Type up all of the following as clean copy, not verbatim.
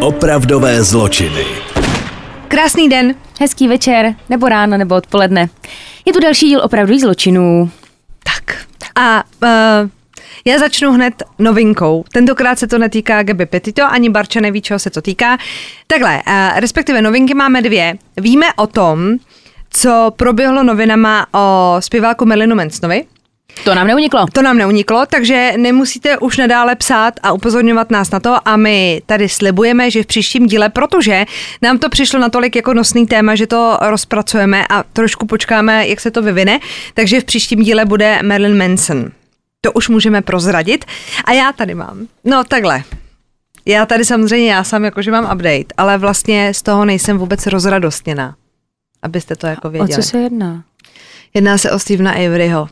Opravdové zločiny. Krásný den, hezký večer, nebo ráno, nebo odpoledne. Je tu další díl opravdových zločinů. Tak. A já začnu hned novinkou. Tentokrát se to netýká Gaby Petito, ani Barča neví, čeho se to týká. Takhle, respektive novinky máme dvě. Víme o tom, co proběhlo novinama o zpěváku Marilyn Mansonovi. To nám neuniklo, takže nemusíte už nadále psát a upozorňovat nás na to a my tady slibujeme, že v příštím díle, protože nám to přišlo natolik jako nosný téma, že to rozpracujeme a trošku počkáme, jak se to vyvine, takže v příštím díle bude Marilyn Manson. To už můžeme prozradit. A já tady mám. No takhle. Já tady samozřejmě, já sám jakože mám update, ale vlastně z toho nejsem vůbec rozradostněná. Abyste to jako věděli. O co se jedná? Jedná se o Stephena Averyho.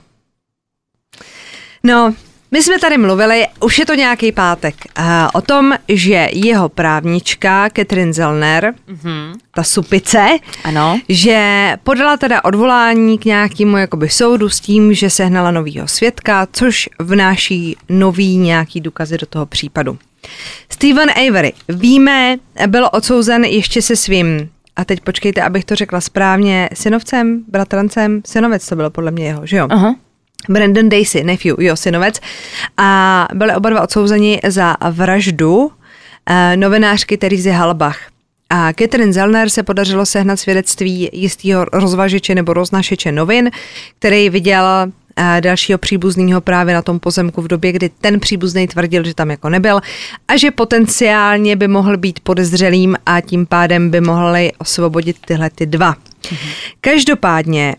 No, my jsme tady mluvili, už je to nějaký pátek, o tom, že jeho právnička Catherine Zellner, ta supice, ano, že podala teda odvolání k nějakému jakoby soudu s tím, že sehnala novýho svědka, což vnáší nový nějaký důkazy do toho případu. Stephen Avery, víme, byl odsouzen ještě se svým, a teď počkejte, abych to řekla správně, synovcem, bratrancem, synovec to bylo podle mě jeho, že jo? Aha. Brandon Daisy, nephew, jo, synovec, a byli oba dva odsouzeni za vraždu novinářky Terezy Halbach. A Catherine Zellner se podařilo sehnat svědectví jistého rozvažeče nebo roznašeče novin, který viděl dalšího příbuzného právě na tom pozemku v době, kdy ten příbuzný tvrdil, že tam jako nebyl a že potenciálně by mohl být podezřelým a tím pádem by mohli osvobodit tyhle ty dva. Každopádně,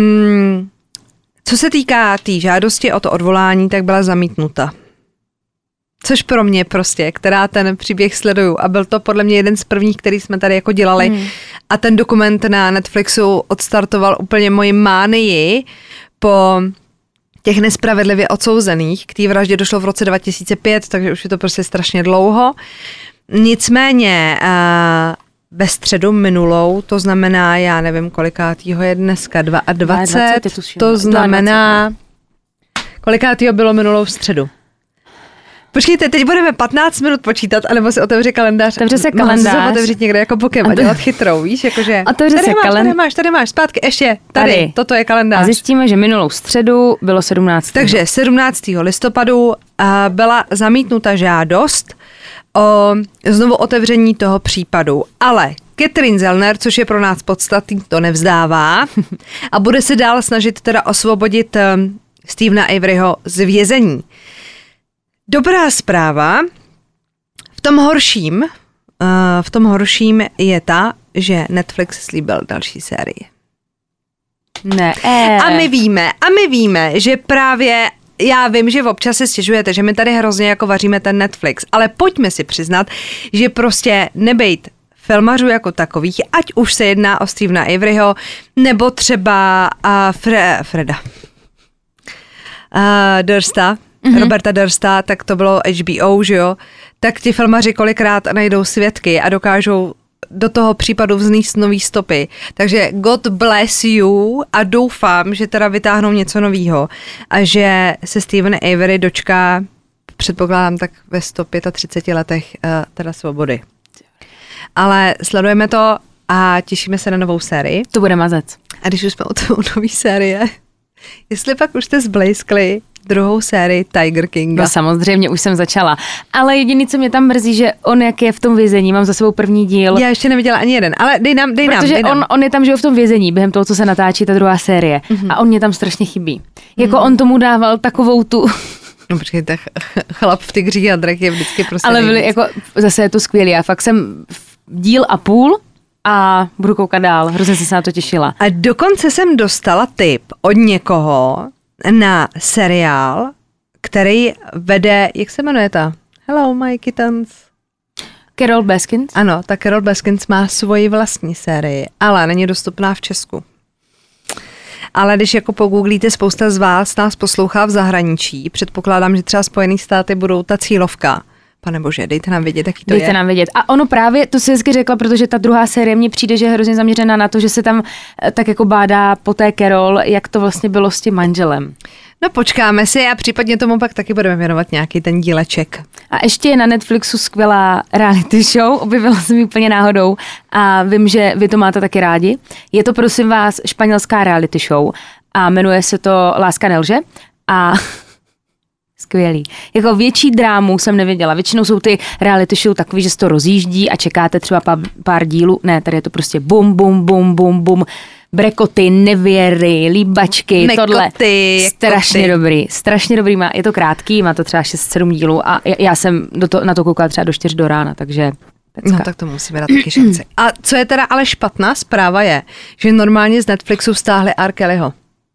co se týká té žádosti o to odvolání, tak byla zamítnuta. Což pro mě prostě, která ten příběh sleduju a byl to podle mě jeden z prvních, který jsme tady jako dělali a ten dokument na Netflixu odstartoval úplně moji mánii po těch nespravedlivě odsouzených. K té vraždě došlo v roce 2005, takže už je to prostě strašně dlouho. Nicméně ve středu minulou, to znamená, já nevím, kolikátýho je dneska, 22, to znamená, kolikátýho bylo minulou středu. Počkejte, teď budeme 15 minut počítat, anebo si otevře kalendář. Otevře se kalendář. Mohla se otevřít někde jako bokem a dělat chytrou, víš, jakože. Otevře se kalendář. Tady máš, zpátky, ještě, tady, toto je kalendář. A zjistíme, že minulou středu bylo 17. Takže 17. listopadu byla zamítnuta žádost o znovu otevření toho případu, ale Catherine Zellner, což je pro nás podstatný, to nevzdává a bude se dál snažit teda osvobodit Stephena Averyho z vězení. Dobrá zpráva, v tom horším je ta, že Netflix slíbil další sérii. Ne. A my víme, že právě já vím, že občas se stěžujete, že my tady hrozně jako vaříme ten Netflix, ale pojďme si přiznat, že prostě nebejt filmařů jako takových, ať už se jedná o Stephena Averyho, nebo třeba Freda Dursta, Roberta Dursta, tak to bylo HBO, že jo, tak ti filmaři kolikrát najdou svědky a dokážou do toho případu vznést nový stopy. Takže God bless you a doufám, že teda vytáhnou něco novýho a že se Stephen Avery dočká, předpokládám tak ve 135 letech teda svobody. Ale sledujeme to a těšíme se na novou sérii. To bude mazec. A když už jsme u nový série, jestli pak už jste zblejskli druhou sérii Tiger Kinga. No samozřejmě, už jsem začala. Ale jediný, co mě tam mrzí, že on jak je v tom vězení, mám za sebou první díl. Já ještě neviděla ani jeden, ale dej nám. Protože on je tam, že v tom vězení, během toho, co se natáčí ta druhá série. A on mě tam strašně chybí. Jako on tomu dával takovou tu... No počkejte, chlap v Tygřích a drak je vždycky prostě ale byli, jako, zase je to skvělý. Já fakt jsem díl a půl a budu koukat dál. Hrozně jsem se na to těšila. A dokonce jsem dostala tip od někoho na seriál, který vede, jak se jmenuje ta? Hello, my kittens. Carole Baskins? Ano, ta Carole Baskins má svoji vlastní sérii, ale není dostupná v Česku. Ale když jako pogooglíte, spousta z vás nás poslouchá v zahraničí, předpokládám, že třeba Spojené státy budou ta cílovka. Pane bože, dejte nám vědět, jaký to je. Dejte nám vědět. A ono právě, to si hezky řekla, protože ta druhá série mně přijde, že je hrozně zaměřená na to, že se tam tak jako bádá po té Carol, jak to vlastně bylo s tím manželem. No počkáme si a případně tomu pak taky budeme věnovat nějaký ten díleček. A ještě je na Netflixu skvělá reality show, objevila jsem ji úplně náhodou a vím, že vy to máte taky rádi. Je to prosím vás španělská reality show a jmenuje se to Láska nelže a skvělý. Jako větší drámu jsem nevěděla. Většinou jsou ty reality show takový, že se to rozjíždí a čekáte třeba pár dílů. Ne, tady je to prostě bum, bum, bum, bum, bum. Brekoty, nevěry, líbačky, Mekoty, tohle. Strašně dobrý má. Je to krátký, má to třeba 6-7 dílů a já jsem na to koukala třeba do 4 do rána, takže pecka. No tak to musíme dát taky šanci. A co je teda ale špatná zpráva je, že normálně z Netflixu stáhli R. Kellyho.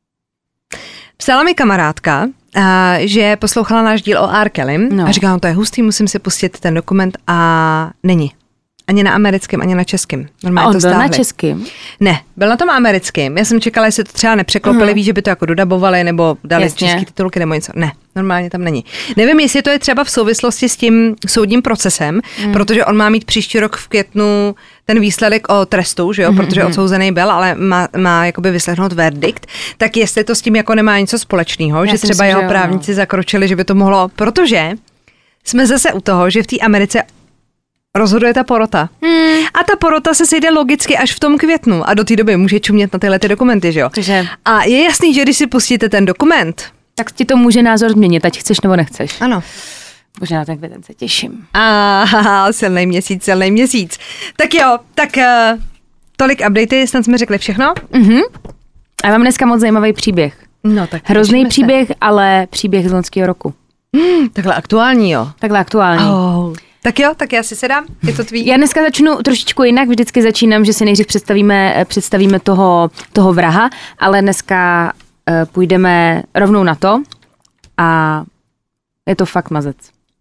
Psala mi kamarádka, že poslouchala náš díl o R. Kellym a říkala, no to je hustý, musím si pustit ten dokument a není. Ani na americkém, ani na českém. Normálně a on to byl na českém? Ne, byl na tom americkém. Já jsem čekala, jestli to třeba nepřeklopili, víš, že by to jako dodabovali nebo dali český titulky nebo něco. Ne, normálně tam není. Nevím, jestli to je třeba v souvislosti s tím soudním procesem, protože on má mít příští rok v květnu ten výsledek o trestu, že jo, protože odsouzený byl, ale má jakoby vyslechnout verdikt, tak jestli to s tím jako nemá něco společného, že třeba jeho právníci zakročili, že by to mohlo, protože jsme zase u toho, že v té Americe rozhoduje ta porota. A ta porota se sejde logicky až v tom květnu a do té doby může čumět na tyhle ty dokumenty, že jo? A je jasný, že když si pustíte ten dokument, tak ti to může názor změnit, ať chceš nebo nechceš. Ano. Možná na ten květen se těším. Silný měsíc. Tak jo, tak tolik updaty, snad jsme řekli všechno. A mám dneska moc zajímavý příběh. No, tak hrozný příběh, ale příběh z loňského roku. Takhle aktuální, jo? Takhle aktuální. Tak jo, tak já si sedám, je to tvý. Já dneska začnu trošičku jinak, vždycky začínám, že si nejdřív představíme toho vraha, ale dneska půjdeme rovnou na to a je to fakt mazec.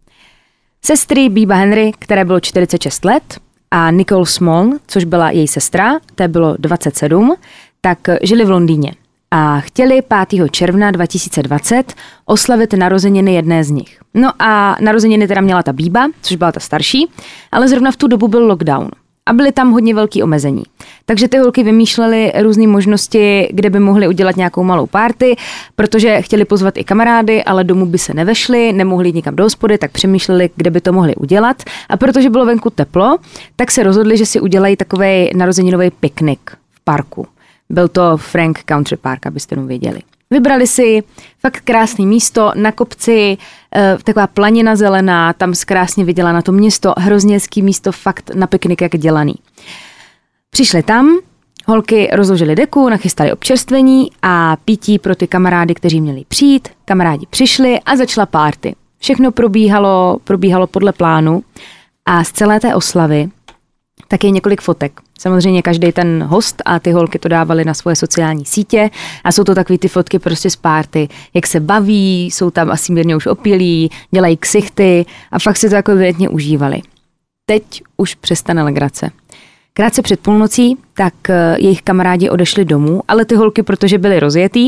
Sestry Bíba Henry, které bylo 46 let, a Nicole Small, což byla její sestra, té bylo 27, tak žili v Londýně a chtěli 5. června 2020 oslavit narozeniny jedné z nich. No a narozeniny teda měla ta Bíba, což byla ta starší, ale zrovna v tu dobu byl lockdown a byly tam hodně velký omezení. Takže ty holky vymýšlely různé možnosti, kde by mohly udělat nějakou malou party, protože chtěli pozvat i kamarády, ale domů by se nevešli, nemohli jít nikam do hospody, tak přemýšleli, kde by to mohli udělat. A protože bylo venku teplo, tak se rozhodli, že si udělají takovej narozeninový piknik v parku. Byl to Frank Country Park, abyste to věděli. Vybrali si fakt krásné místo na kopci, taková planina zelená, tam krásně viděla na to město, hrozně hezký místo, fakt na piknik jak dělaný. Přišli tam, holky rozložily deku, nachystali občerstvení a pití pro ty kamarády, kteří měli přijít. Kamarádi přišli a začala party. Všechno probíhalo podle plánu a z celé té oslavy tak je několik fotek. Samozřejmě každý ten host a ty holky to dávali na svoje sociální sítě a jsou to takový ty fotky prostě z party, jak se baví, jsou tam asi mírně už opilí, dělají ksichty a fakt si to jako evidentně užívali. Teď už přestane legrace. Krátce před půlnocí, tak jejich kamarádi odešli domů, ale ty holky, protože byly rozjetý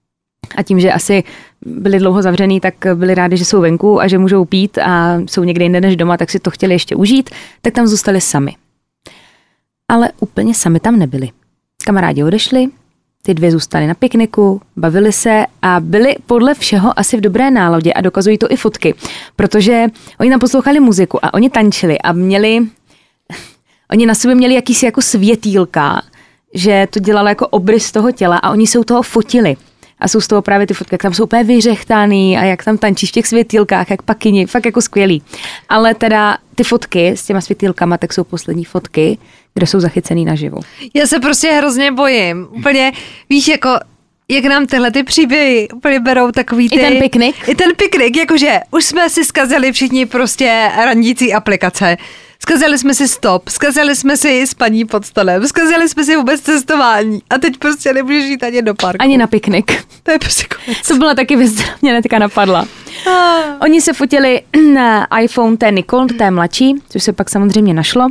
a tím, že asi byli dlouho zavřený, tak byli rádi, že jsou venku a že můžou pít a jsou někde jinde než doma, tak si to chtěli ještě užít, tak tam zůstali sami. Ale úplně sami tam nebyli. Kamarádi odešli, ty dvě zůstaly na pikniku, bavili se a byli podle všeho asi v dobré náladě a dokazují to i fotky, protože oni tam poslouchali muziku a oni tančili a oni na sobě měli jakýsi jako světýlka, že to dělalo jako obrys toho těla a oni se u toho fotili. A jsou z toho právě ty fotky, jak tam jsou úplně vyřechtaný a jak tam tančí v těch světýlkách, jak pakini, fakt jako skvělý. Ale teda ty fotky s těma světýlkama, tak jsou poslední fotky, kde jsou zachycený naživu. Já se prostě hrozně bojím. Úplně, víš, jako jak nám tyhle ty příběhy úplně berou takový ty... I ten piknik, jakože už jsme si zkazili všichni prostě randící aplikace. Zkazili jsme si stop, zkazili jsme si spaní pod stolem, zkazili jsme si vůbec cestování a teď prostě nemůžeš jít ani do parku. Ani na piknik. To je prostě konec. To byla taky věc, která mě teďka napadla. Oni se fotili na iPhone té Nicole, té mladší, což se pak samozřejmě našlo.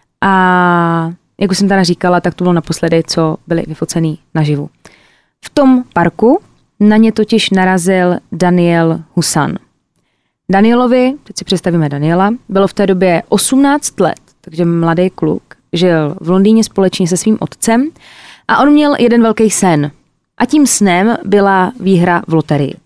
A jak už jsem teda říkala, tak to bylo naposledy, co byli vyfocený naživu. V tom parku na ně totiž narazil Daniel Husan. Danielovi, teď si představíme Daniela, bylo v té době 18 let, takže mladý kluk, žil v Londýně společně se svým otcem a on měl jeden velký sen. A tím snem byla výhra v loterii.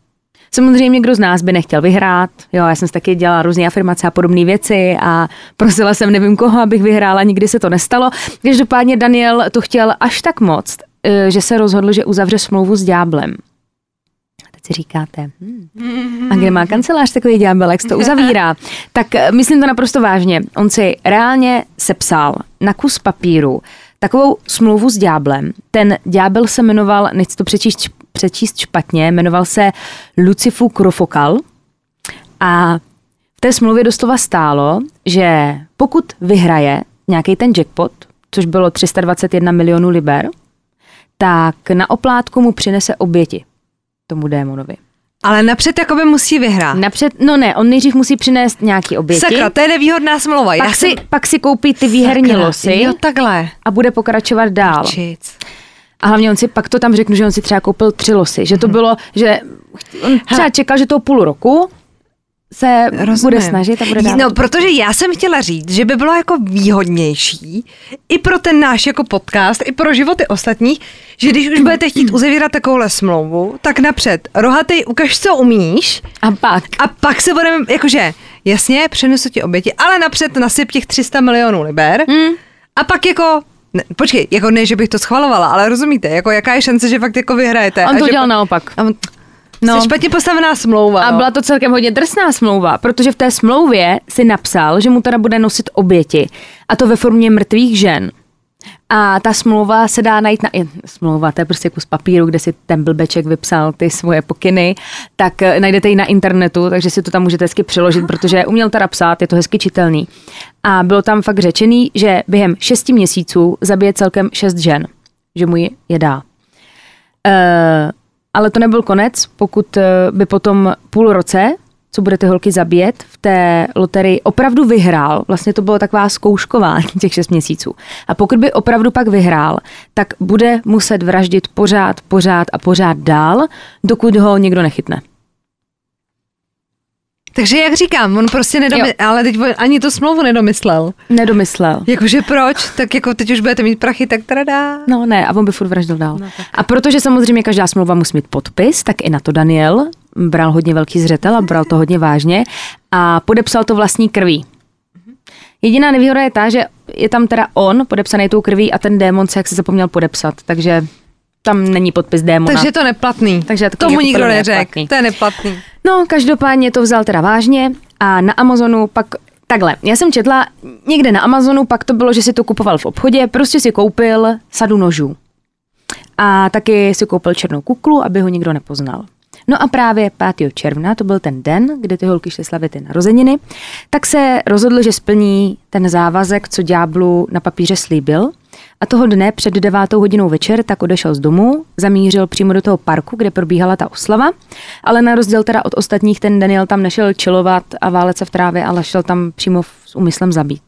Samozřejmě kdo z nás by nechtěl vyhrát. Jo, já jsem si taky dělala různé afirmace a podobné věci a prosila jsem nevím koho, abych vyhrála, nikdy se to nestalo. Každopádně Daniel to chtěl až tak moc, že se rozhodl, že uzavře smlouvu s ďáblem. Teď si říkáte, a kde má kancelář takový ďábel, jak se to uzavírá? Tak myslím to naprosto vážně. On si reálně sepsal na kus papíru takovou smlouvu s ďáblem. Ten ďábel se jmenoval, nechci to přečíst špatně, jmenoval se Lucifu Krofokal a v té smlouvě doslova stálo, že pokud vyhraje nějaký ten jackpot, což bylo 321 milionů liber, tak na oplátku mu přinese oběti tomu démonovi. Ale napřed jakoby musí vyhrát. On nejdřív musí přinést nějaký oběti. Sakra, to je nevýhodná smlouva. Pak si koupí ty výherní losy. Jo, takhle. A bude pokračovat dál. Čic. A hlavně pak to tam řeknu, že on si třeba koupil 3 losy. Že to bylo, že on třeba čekal, že toho půl roku se bude snažit a bude dávat. No, protože já jsem chtěla říct, že by bylo jako výhodnější i pro ten náš jako podcast, i pro životy ostatních, že když už budete chtít uzavírat takovouhle smlouvu, tak napřed rohatej, ukaž, co umíš. A pak se budeme, jakože, jasně, přenesu ti oběti, ale napřed nasyp těch 300 milionů liber a pak jako... Ne, počkej, jako ne, že bych to schvalovala, ale rozumíte, jako jaká je šance, že fakt jako vyhrajete. On to dělal naopak. No. Špatně postavená smlouva. A byla to celkem hodně drsná smlouva, protože v té smlouvě si napsal, že mu teda bude nosit oběti. A to ve formě mrtvých žen. A ta smlouva se dá najít smlouva, to je prostě kus papíru, kde si ten blbeček vypsal ty svoje pokyny, tak najdete ji na internetu, takže si to tam můžete hezky přiložit, protože uměl teda psát, je to hezky čitelný. A bylo tam fakt řečený, že během 6 měsíců zabije celkem 6 žen, že mu je dá. Ale to nebyl konec, pokud by potom půl roce, co bude ty holky zabíjet, v té loterii opravdu vyhrál, vlastně to bylo taková zkouškování těch 6 měsíců. A pokud by opravdu pak vyhrál, tak bude muset vraždit pořád dál, dokud ho někdo nechytne. Takže jak říkám, on prostě ale teď ani to smlouvu nedomyslel. Jakože proč? Tak jako teď už budete mít prachy, tak tradá. No ne, a on by furt vraždil dál. No, a protože samozřejmě každá smlouva musí mít podpis, tak i na to Daniel bral hodně velký zřetel a bral to hodně vážně a podepsal to vlastní krví. Jediná nevýhoda je ta, že je tam teda on podepsaný tou krví a ten démon se jak se zapomněl podepsat, takže tam není podpis démona. Takže je to neplatný. Tomu jako nikdo neřekl. To je neplatný. No, každopádně to vzal teda vážně a na Amazonu pak takhle. Já jsem četla někde na Amazonu, pak to bylo, že si to kupoval v obchodě, prostě si koupil sadu nožů. A taky si koupil černou kuklu, aby ho nikdo nepoznal. No a právě 5. června, to byl ten den, kdy ty holky šly slavit ty narozeniny, tak se rozhodl, že splní ten závazek, co ďáblu na papíře slíbil. A toho dne před 9 hodinou večer tak odešel z domu, zamířil přímo do toho parku, kde probíhala ta oslava, ale na rozdíl teda od ostatních ten Daniel tam nešel chillovat a válet se v trávě, ale šel tam přímo s úmyslem zabít.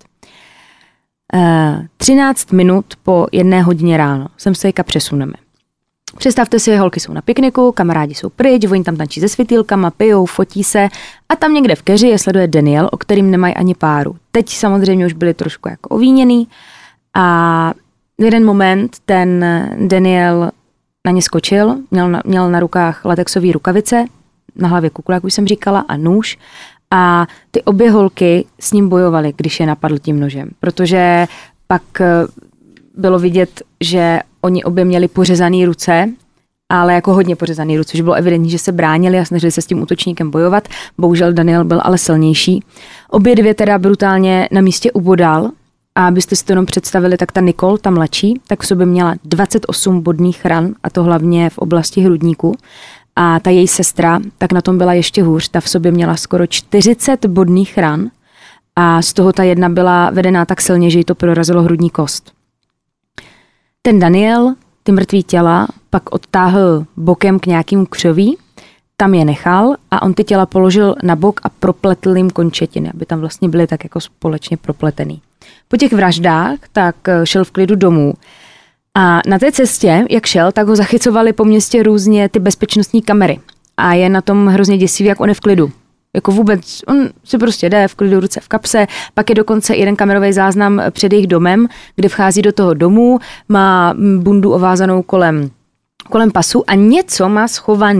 13 minut po 1 hodině ráno sem se přesuneme. Představte si, holky jsou na pikniku, kamarádi jsou pryč, oni tam tančí se světýlkama, pijou, fotí se a tam někde v keři je sleduje Daniel, o kterým nemají ani páru. Teď samozřejmě už byli trošku jako ovíněný a v jeden moment ten Daniel na ně skočil, měl na rukách latexové rukavice, na hlavě kuklu, jak už jsem říkala, a nůž a ty obě holky s ním bojovaly, když je napadl tím nožem, protože pak bylo vidět, že oni obě měli pořezané ruce, ale jako hodně pořezané ruce, že bylo evidentní, že se bránili a snažili se s tím útočníkem bojovat. Bohužel Daniel byl ale silnější. Obě dvě teda brutálně na místě ubodal a abyste si to jenom představili, tak ta Nicole, ta mladší, tak v sobě měla 28 bodných ran a to hlavně v oblasti hrudníku. A ta její sestra, tak na tom byla ještě hůř, ta v sobě měla skoro 40 bodných ran a z toho ta jedna byla vedená tak silně, že jí to prorazilo hrudní kost. Ten Daniel ty mrtvý těla pak odtáhl bokem k nějakým křoví, tam je nechal a on ty těla položil na bok a propletl jim končetiny, aby tam vlastně byly tak jako společně propletený. Po těch vraždách tak šel v klidu domů a na té cestě, jak šel, tak ho zachycovali po městě různě ty bezpečnostní kamery a je na tom hrozně děsivý, jak on je v klidu. Jako vůbec, on si prostě jde v klidu, ruce v kapse, pak je dokonce jeden kamerový záznam před jejich domem, kde vchází do toho domu, má bundu ovázanou kolem pasu a něco má schovaný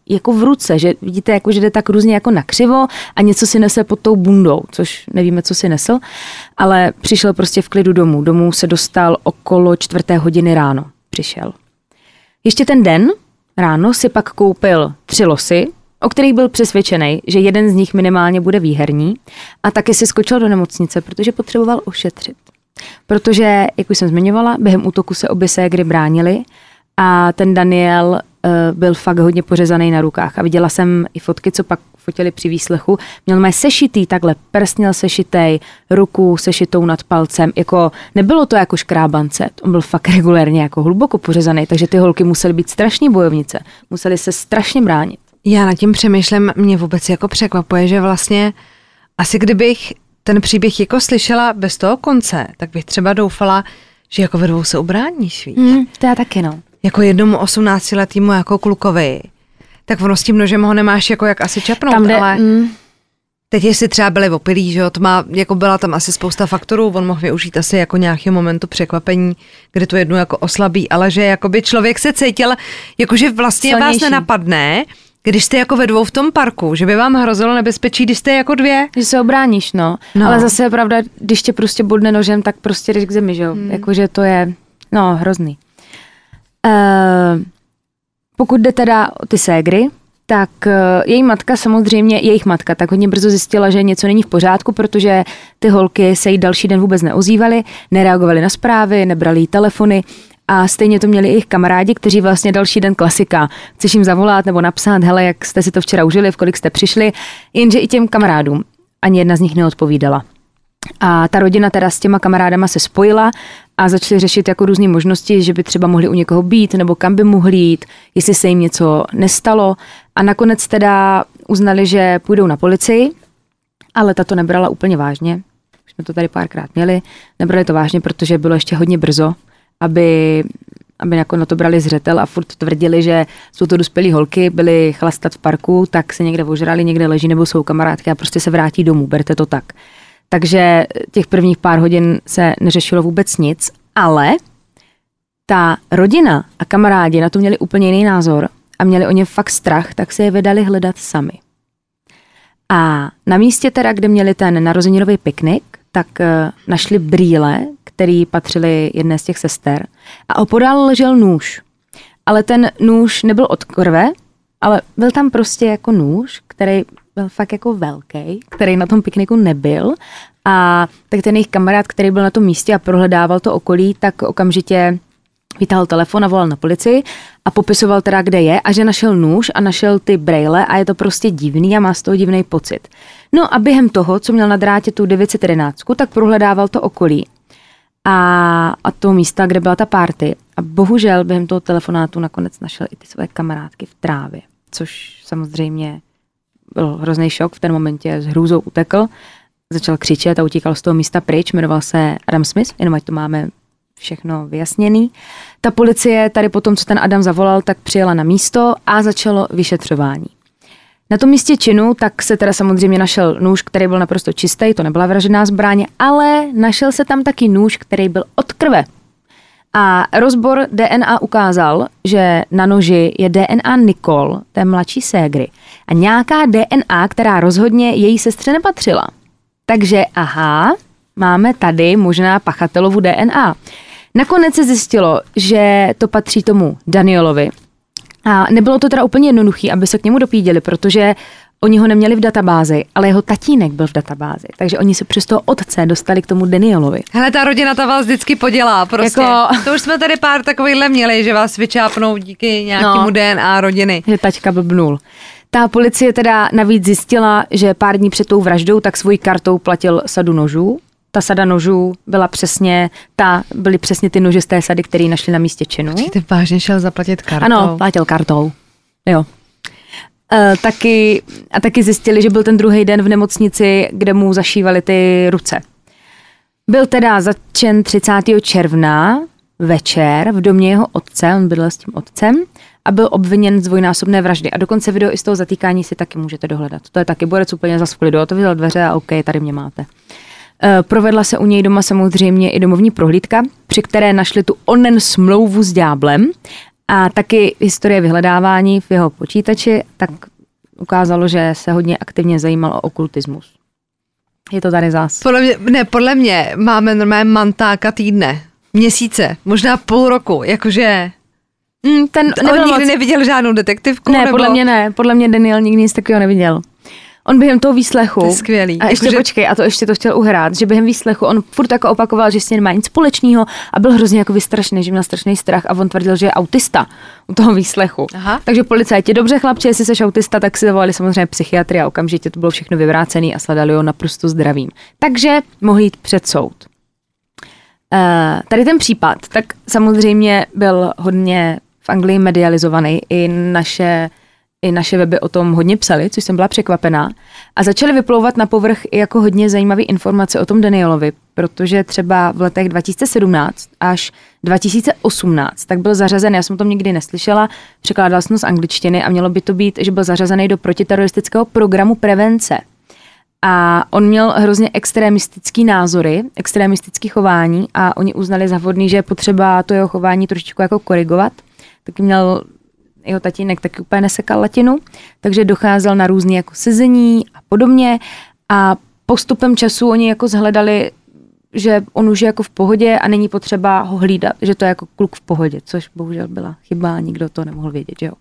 jako v ruce, že vidíte, jako, že jde tak různě jako nakřivo a něco si nese pod tou bundou, což nevíme, co si nesl, ale přišel prostě v klidu domů. Domů se dostal okolo 4:00 ráno. Přišel. Ještě ten den ráno si pak koupil 3 losy, o kterých byl přesvědčený, že jeden z nich minimálně bude výherní, a taky si skočil do nemocnice, protože potřeboval ošetřit. Protože, jak už jsem zmiňovala, během útoku se obě ségry bránily a ten Daniel byl fakt hodně pořezaný na rukách. A viděla jsem i fotky, co pak fotili při výslechu. Měl má sešitý takhle, prst měl sešitej, ruku sešitou nad palcem. Jako, nebylo to jako škrábance, on byl fakt regulérně jako hluboko pořezaný, takže ty holky musely být strašní bojovnice. Musely se strašně bránit. Já nad tím přemýšlím, mě vůbec jako překvapuje, že vlastně asi kdybych ten příběh jako slyšela bez toho konce, tak bych třeba doufala, že jako ve dvou se ubráníš, víš? To já taky, no. Jako jednomu 18letýmu jako klukovi, tak ono s tím nožem ho nemáš jako jak asi čapnout, tam jde, ale teď jestli třeba byli opilí, že jo, to má, jako byla tam asi spousta faktorů, on mohl využít asi jako nějakého momentu překvapení, kdy tu jednu jako oslabí, ale že jakoby člověk se cítil, jakože vlastně silnější. Vás nenapadne, když jste jako ve dvou v tom parku, že by vám hrozilo nebezpečí, když jste jako dvě. Že se obráníš, no. Ale zase je pravda, když tě prostě bodne nožem, tak prostě jdeš k zemi, že jo. Jakože to je, no, hrozný. Pokud jde teda o ty ségry, tak jejich matka tak hodně brzo zjistila, že něco není v pořádku, protože ty holky se jí další den vůbec neozývaly, nereagovaly na zprávy, nebrali jí telefony a stejně to měli i jejich kamarádi, kteří vlastně další den klasika. Chceš jim zavolat nebo napsat, hele, jak jste si to včera užili, v kolik jste přišli, jenže i těm kamarádům ani jedna z nich neodpovídala. A ta rodina teda s těma kamarádama se spojila a začali řešit jako různé možnosti, že by třeba mohli u někoho být, nebo kam by mohli jít, jestli se jim něco nestalo. A nakonec teda uznali, že půjdou na policii, ale ta to nebrala úplně vážně. Už jsme to tady párkrát měli. Nebrali to vážně, protože bylo ještě hodně brzo, aby jako na to brali zřetel a furt tvrdili, že jsou to dospělí holky, byly chlastat v parku, tak se někde ožrali, někde leží nebo jsou kamarádky a prostě se vrátí domů, berte to tak. Takže těch prvních pár hodin se neřešilo vůbec nic, ale ta rodina a kamarádi na to měli úplně jiný názor a měli o ně fakt strach, tak se je vydali hledat sami. A na místě teda, kde měli ten narozeninový piknik, tak našli brýle, který patřily jedné z těch sester a opodál ležel nůž. Ale ten nůž nebyl od krve, ale byl tam prostě jako nůž, který byl fakt jako velký, který na tom pikniku nebyl. A tak ten jejich kamarád, který byl na tom místě a prohledával to okolí, tak okamžitě vytáhl telefon a volal na policii a popisoval teda, kde je a že našel nůž a našel ty brejle a je to prostě divný a má z toho divný pocit. No a během toho, co měl na drátě tu 911, tak prohledával to okolí a toho místa, kde byla ta party. A bohužel během toho telefonátu nakonec našel i ty své kamarádky v trávě, což samozřejmě byl hrozný šok, v ten momentě s hrůzou utekl, začal křičet a utíkal z toho místa pryč, jmenoval se Adam Smith, jenom ať to máme všechno vyjasněný. Ta policie tady potom, co ten Adam zavolal, tak přijela na místo a začalo vyšetřování. Na tom místě činu tak se teda samozřejmě našel nůž, který byl naprosto čistý, to nebyla vražená zbraň, ale našel se tam taky nůž, který byl od krve. A rozbor DNA ukázal, že na noži je DNA Nicole, té mladší ségry. A nějaká DNA, která rozhodně její sestře nepatřila. Takže máme tady možná pachatelovu DNA. Nakonec se zjistilo, že to patří tomu Danielovi. A nebylo to teda úplně jednoduché, aby se k němu dopíděli, protože oni ho neměli v databázi, ale jeho tatínek byl v databázi. Takže oni se přes toho otce dostali k tomu Danielovi. Hele, ta rodina ta vás vždycky podělá prostě. To už jsme tady pár takovýchhle měli, že vás vyčápnou díky nějakému DNA rodiny. Že taťka blbnul. Ta policie teda navíc zjistila, že pár dní před tou vraždou tak svojí kartou platil sadu nožů. Ta sada nožů byly přesně ty nože z té sady, které našli na místě činu. Ty vážně šel zaplatit kartou? Ano, platil kartou. Jo. Taky zjistili, že byl ten druhý den v nemocnici, kde mu zašívali ty ruce. Byl teda zatčen 30. června večer v domě jeho otce, on bydlel s tím otcem, a byl obviněn z dvojnásobné vraždy. A dokonce video i z toho zatýkání si taky můžete dohledat. To je taky borec úplně zas v klidu, otevřel dveře a OK, tady mě máte. Provedla se u něj doma samozřejmě i domovní prohlídka, při které našli tu onen smlouvu s ďáblem A taky historie vyhledávání v jeho počítači, tak ukázalo, že se hodně aktivně zajímal o okultismus. Je to tady zás. Podle mě máme normálně mantáka týdne, měsíce, možná půl roku, jakože... On nikdy neviděl žádnou detektivku? Ne, podle mě Daniel nikdy nic takového neviděl. On během toho výslechu... To je skvělý. A ještě počkej, a to ještě to chtěl uhrát, že během výslechu on furt jako opakoval, že s tím nemá nic společného a byl hrozně jako vystrašený, že měl strašný strach a on tvrdil, že je autista u toho výslechu. Aha. Takže policajti, dobře chlapče, jestli jsi autista, tak si zavolali samozřejmě psychiatry a okamžitě to bylo všechno vyvrácený a sledali ho naprosto zdravým. Takže mohl jít před soud. Tady ten případ, tak samozřejmě byl hodně v Anglii medializovaný, i naše weby o tom hodně psali, což jsem byla překvapená. A začaly vyplouvat na povrch i jako hodně zajímavé informace o tom Danielovi, protože třeba v letech 2017 až 2018 tak byl zařazen, já jsem o tom nikdy neslyšela, překládala jsem to z angličtiny a mělo by to být, že byl zařazený do protiteroristického programu prevence. A on měl hrozně extremistický názory, extremistický chování a oni uznali za vhodný, že je potřeba to jeho chování trošičku jako korigovat. Taky měl jeho tatínek taky úplně nesekal latinu, takže docházel na různý jako sezení a podobně a postupem času oni jako zhledali, že on už je jako v pohodě a není potřeba ho hlídat, že to je jako kluk v pohodě, což bohužel byla chyba a nikdo to nemohl vědět, že jo.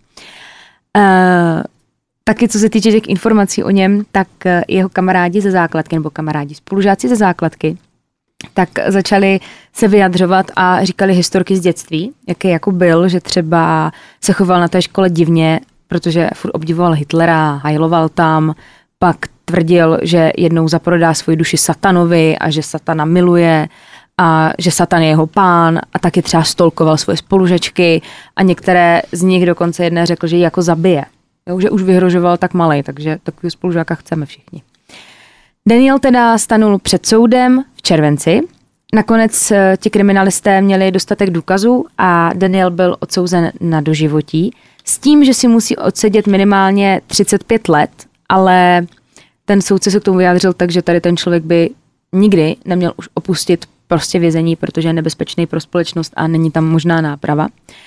Taky co se týče těch informací o něm, tak jeho kamarádi ze základky nebo kamarádi spolužáci ze základky tak začali se vyjadřovat a říkali historky z dětství, jaký jako byl, že třeba se choval na té škole divně, protože furt obdivoval Hitlera, hajloval tam, pak tvrdil, že jednou zaprodá svoji duši satanovi a že satana miluje a že satan je jeho pán a taky třeba stolkoval svoje spolužačky a některé z nich dokonce jedné řekl, že ji jako zabije. Jo, že už vyhrožoval tak malej, takže takový spolužáka chceme všichni. Daniel teda stanul před soudem v červenci. Nakonec ti kriminalisté měli dostatek důkazů a Daniel byl odsouzen na doživotí s tím, že si musí odsedět minimálně 35 let, ale ten soudce se k tomu vyjádřil tak, že tady ten člověk by nikdy neměl už opustit prostě vězení, protože je nebezpečný pro společnost a není tam možná náprava.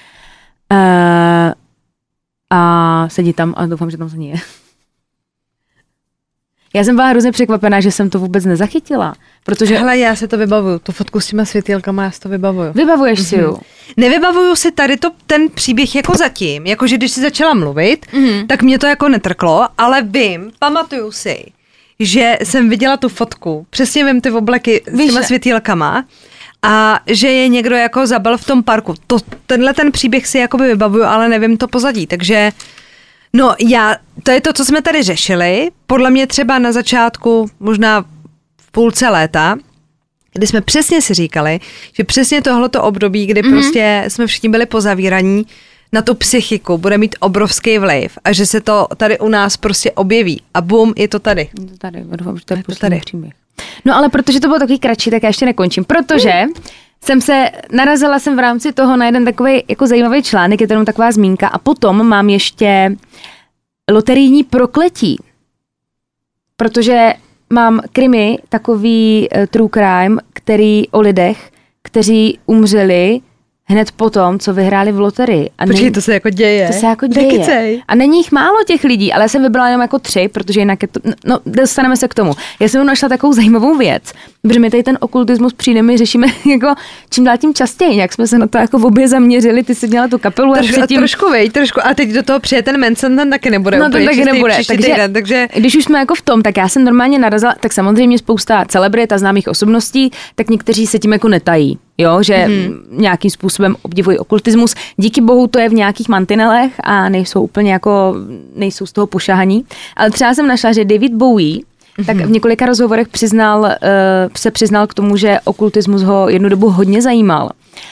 A sedí tam a doufám, že tam se nie. Já jsem byla hrozně překvapená, že jsem to vůbec nezachytila, protože... Hele, já se to vybavuju, tu fotku s těma světýlkama, já si to vybavuju. Vybavuješ si ju? Nevybavuju si tady ten příběh jako zatím, jakože když jsi začala mluvit, tak mě to jako netrklo, ale pamatuju si, že jsem viděla tu fotku, přesně vím ty obleky s těma světýlkama a že je někdo jako zabil v tom parku. Tenhle ten příběh si jakoby vybavuju, ale nevím to pozadí, takže... No to je to, co jsme tady řešili, podle mě třeba na začátku, možná v půlce léta, kdy jsme přesně si říkali, že přesně tohleto období, kdy prostě jsme všichni byli pozavíraní, na tu psychiku bude mít obrovský vliv a že se to tady u nás prostě objeví a bum, je to tady. Je to tady, doufám, že to je tady příběh. No ale protože to bylo takový kratší, tak já ještě nekončím, protože narazila jsem v rámci toho na jeden takový jako zajímavý článek, je to jenom taková zmínka a potom mám ještě loterijní prokletí, protože mám krimi, takový true crime, který o lidech, kteří umřeli hned potom, co vyhráli v loterii. Počkej, to se jako děje. To se jako děje. A není jich málo těch lidí, ale já jsem vybrala jenom jako 3, protože jinak je to, no, dostaneme se k tomu. Já jsem našla takovou zajímavou věc, protože my tady ten okultismus přijde, my řešíme jako čím dál tím častěji, jak jsme se na to jako v obě zaměřili, ty jsi měla tu kapelu a předtím... Trošku, a teď do toho přijde ten Manson, ten taky nebude úplně taky nebude, takže když už jsme jako v tom, tak já jsem normálně narazila, tak samozřejmě spousta celebrit a známých osobností, tak někteří se tím jako netají. Jo, že nějakým způsobem obdivují okultismus. Díky bohu to je v nějakých mantinelech a nejsou z toho pošahaní. Ale třeba jsem našla, že David Bowie tak v několika rozhovorech se přiznal k tomu, že okultismus ho jednu dobu hodně zajímal.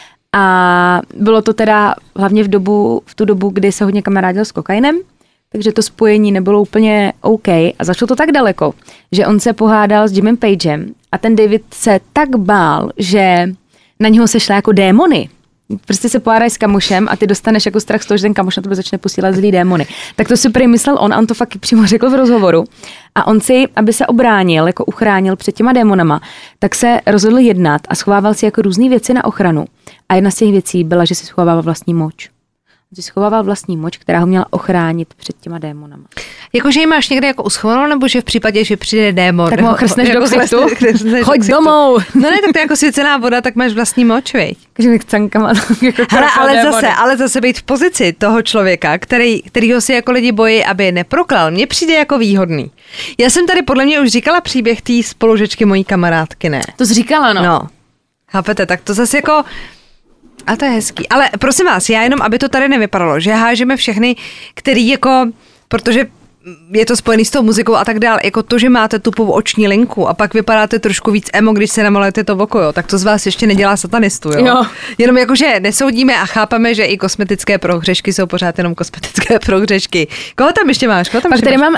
A bylo to teda hlavně v tu dobu, kdy se hodně kamarádil s kokainem, takže to spojení nebylo úplně OK. A zašlo to tak daleko, že on se pohádal s Jimem Pagem a ten David se tak bál, že na něho se šla jako démony. Prostě se pohádáš s kamošem a ty dostaneš jako strach z toho, že ten kamoš na tebe začne posílat zlý démony. Tak to si prý myslel on to fakt přímo řekl v rozhovoru. A on si, aby se obránil, jako uchránil před těma démonama, tak se rozhodl jednat a schovával si jako různé věci na ochranu. A jedna z těch věcí byla, že si schovával vlastní moč. si schovával vlastní moč, která ho měla ochránit před těma démonama. Jakože ji máš někde jako uschovanou, nebo že v případě, že přijde démon. Tak mu ho chrstneš do ksichtu. Choď do domů. No ne, tak to je jako svěcená voda, tak máš vlastní moč, viď? Takže chcankama. Jako ale zase být v pozici toho člověka, kterýho si jako lidi bojí, aby je neproklal, mně přijde jako výhodný. Já jsem tady podle mě už říkala příběh té spolužečky mojí kamarádky, ne? To jsi říkala, no. No, chápete, tak to zase jako... A to je hezký. Ale prosím vás, já jenom, aby to tady nevypadalo, že hážeme všechny, který jako... Protože je to spojený s tou muzikou a tak dále, jako to, že máte tupovou oční linku a pak vypadáte trošku víc emo, když se namalujete to oko, jo, tak to z vás ještě nedělá satanistu, jo. Jenom jakože nesoudíme a chápeme, že i kosmetické prohřešky jsou pořád jenom kosmetické prohřešky. Koho tam ještě máš? Pak tady mám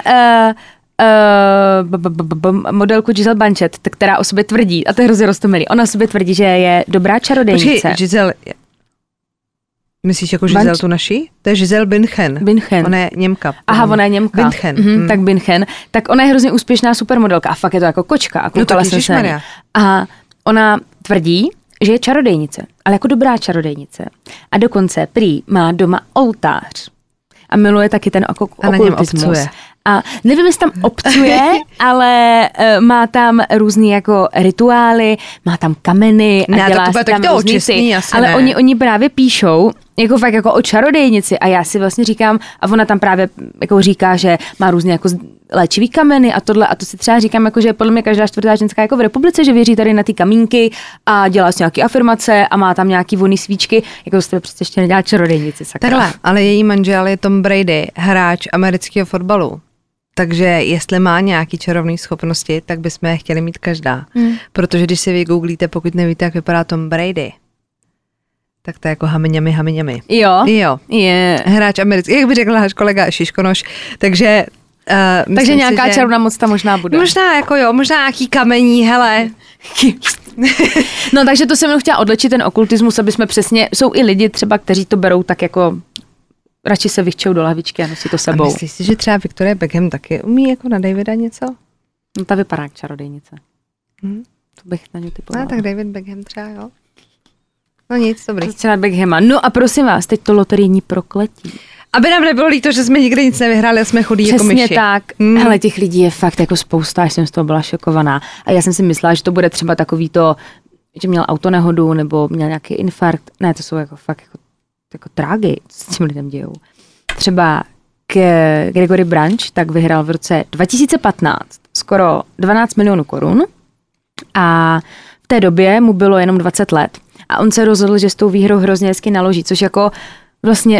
modelku Giselle Bündchen, která o sobě tvrdí, a to je hrozně roztomilý, ona o sobě tvrdí, že je dobrá čarodějnice. Počkej, Giselle... Myslíš jako Giselle tu naší? To je Giselle Bündchen. Ona je Němka. Aha, ona je Němka. Bündchen. Tak Bündchen. Tak ona je hrozně úspěšná supermodelka. A fakt je to jako kočka. A koukala jsem se. A ona tvrdí, že je čarodejnice. Ale jako dobrá čarodejnice. A dokonce prý má doma oltář. A miluje taky ten okultismus. A nevím, jestli tam obcuje, ale má tam různý jako rituály, má tam kameny a dělá si tam různý. Ale oni právě píšou, jako fakt jako o čarodejnici a já si vlastně říkám, a ona tam právě jako říká, že má různé jako léčivý kameny a tohle, a to si třeba říkám, jako, že podle mě každá čtvrtá ženská jako v republice, že věří tady na ty kamínky a dělá si nějaký afirmace a má tam nějaký vonný svíčky, jako z tebe přece ještě nedělá čarodejnici, sakra. Takhle, ale její manžel je Tom Brady, hráč amerického fotbalu. Takže jestli má nějaký čarovné schopnosti, tak bychom je chtěli mít každá. Protože když si vygooglíte, pokud nevíte, jak vypadá Tom Brady, tak to je jako hamiňami. Jo. Hráč americký, jak by řekl náš kolega Šiškonoš. Takže nějaká čarovná moc tam možná bude. Možná jako jo, možná nějaký kamení, hele. No takže to jsem jenom chtěla odlečit ten okultismus, aby jsme přesně, jsou i lidi třeba, kteří to berou tak jako radši se vychčou do lahvičky a nosí to sebou. A myslíš si, že třeba Victoria Beckham taky umí jako na Davida něco? No ta vypadá jak čarodejnice. To bych na něj typovala. No tak David Beckham třeba, jo. No nic, dobrý. Začíná Beckhama. No a prosím vás, teď to loterijní prokletí. Aby nám nebylo líto, že jsme nikdy nic nevyhráli a jsme chodí jako myši. Přesně tak. Hele, těch lidí je fakt jako spousta, až jsem z toho byla šokovaná. A já jsem si myslela, že to bude třeba takový to, že měl autonehodu nebo měl nějaký infarkt. Ne, to jsou jako fakt jako trágy, co s tím lidem dějou. Třeba Gregory Branch tak vyhrál v roce 2015 skoro 12 milionů korun a v té době mu bylo jenom 20 let. A on se rozhodl, že s tou výhrou hrozně hezky naloží, což jako vlastně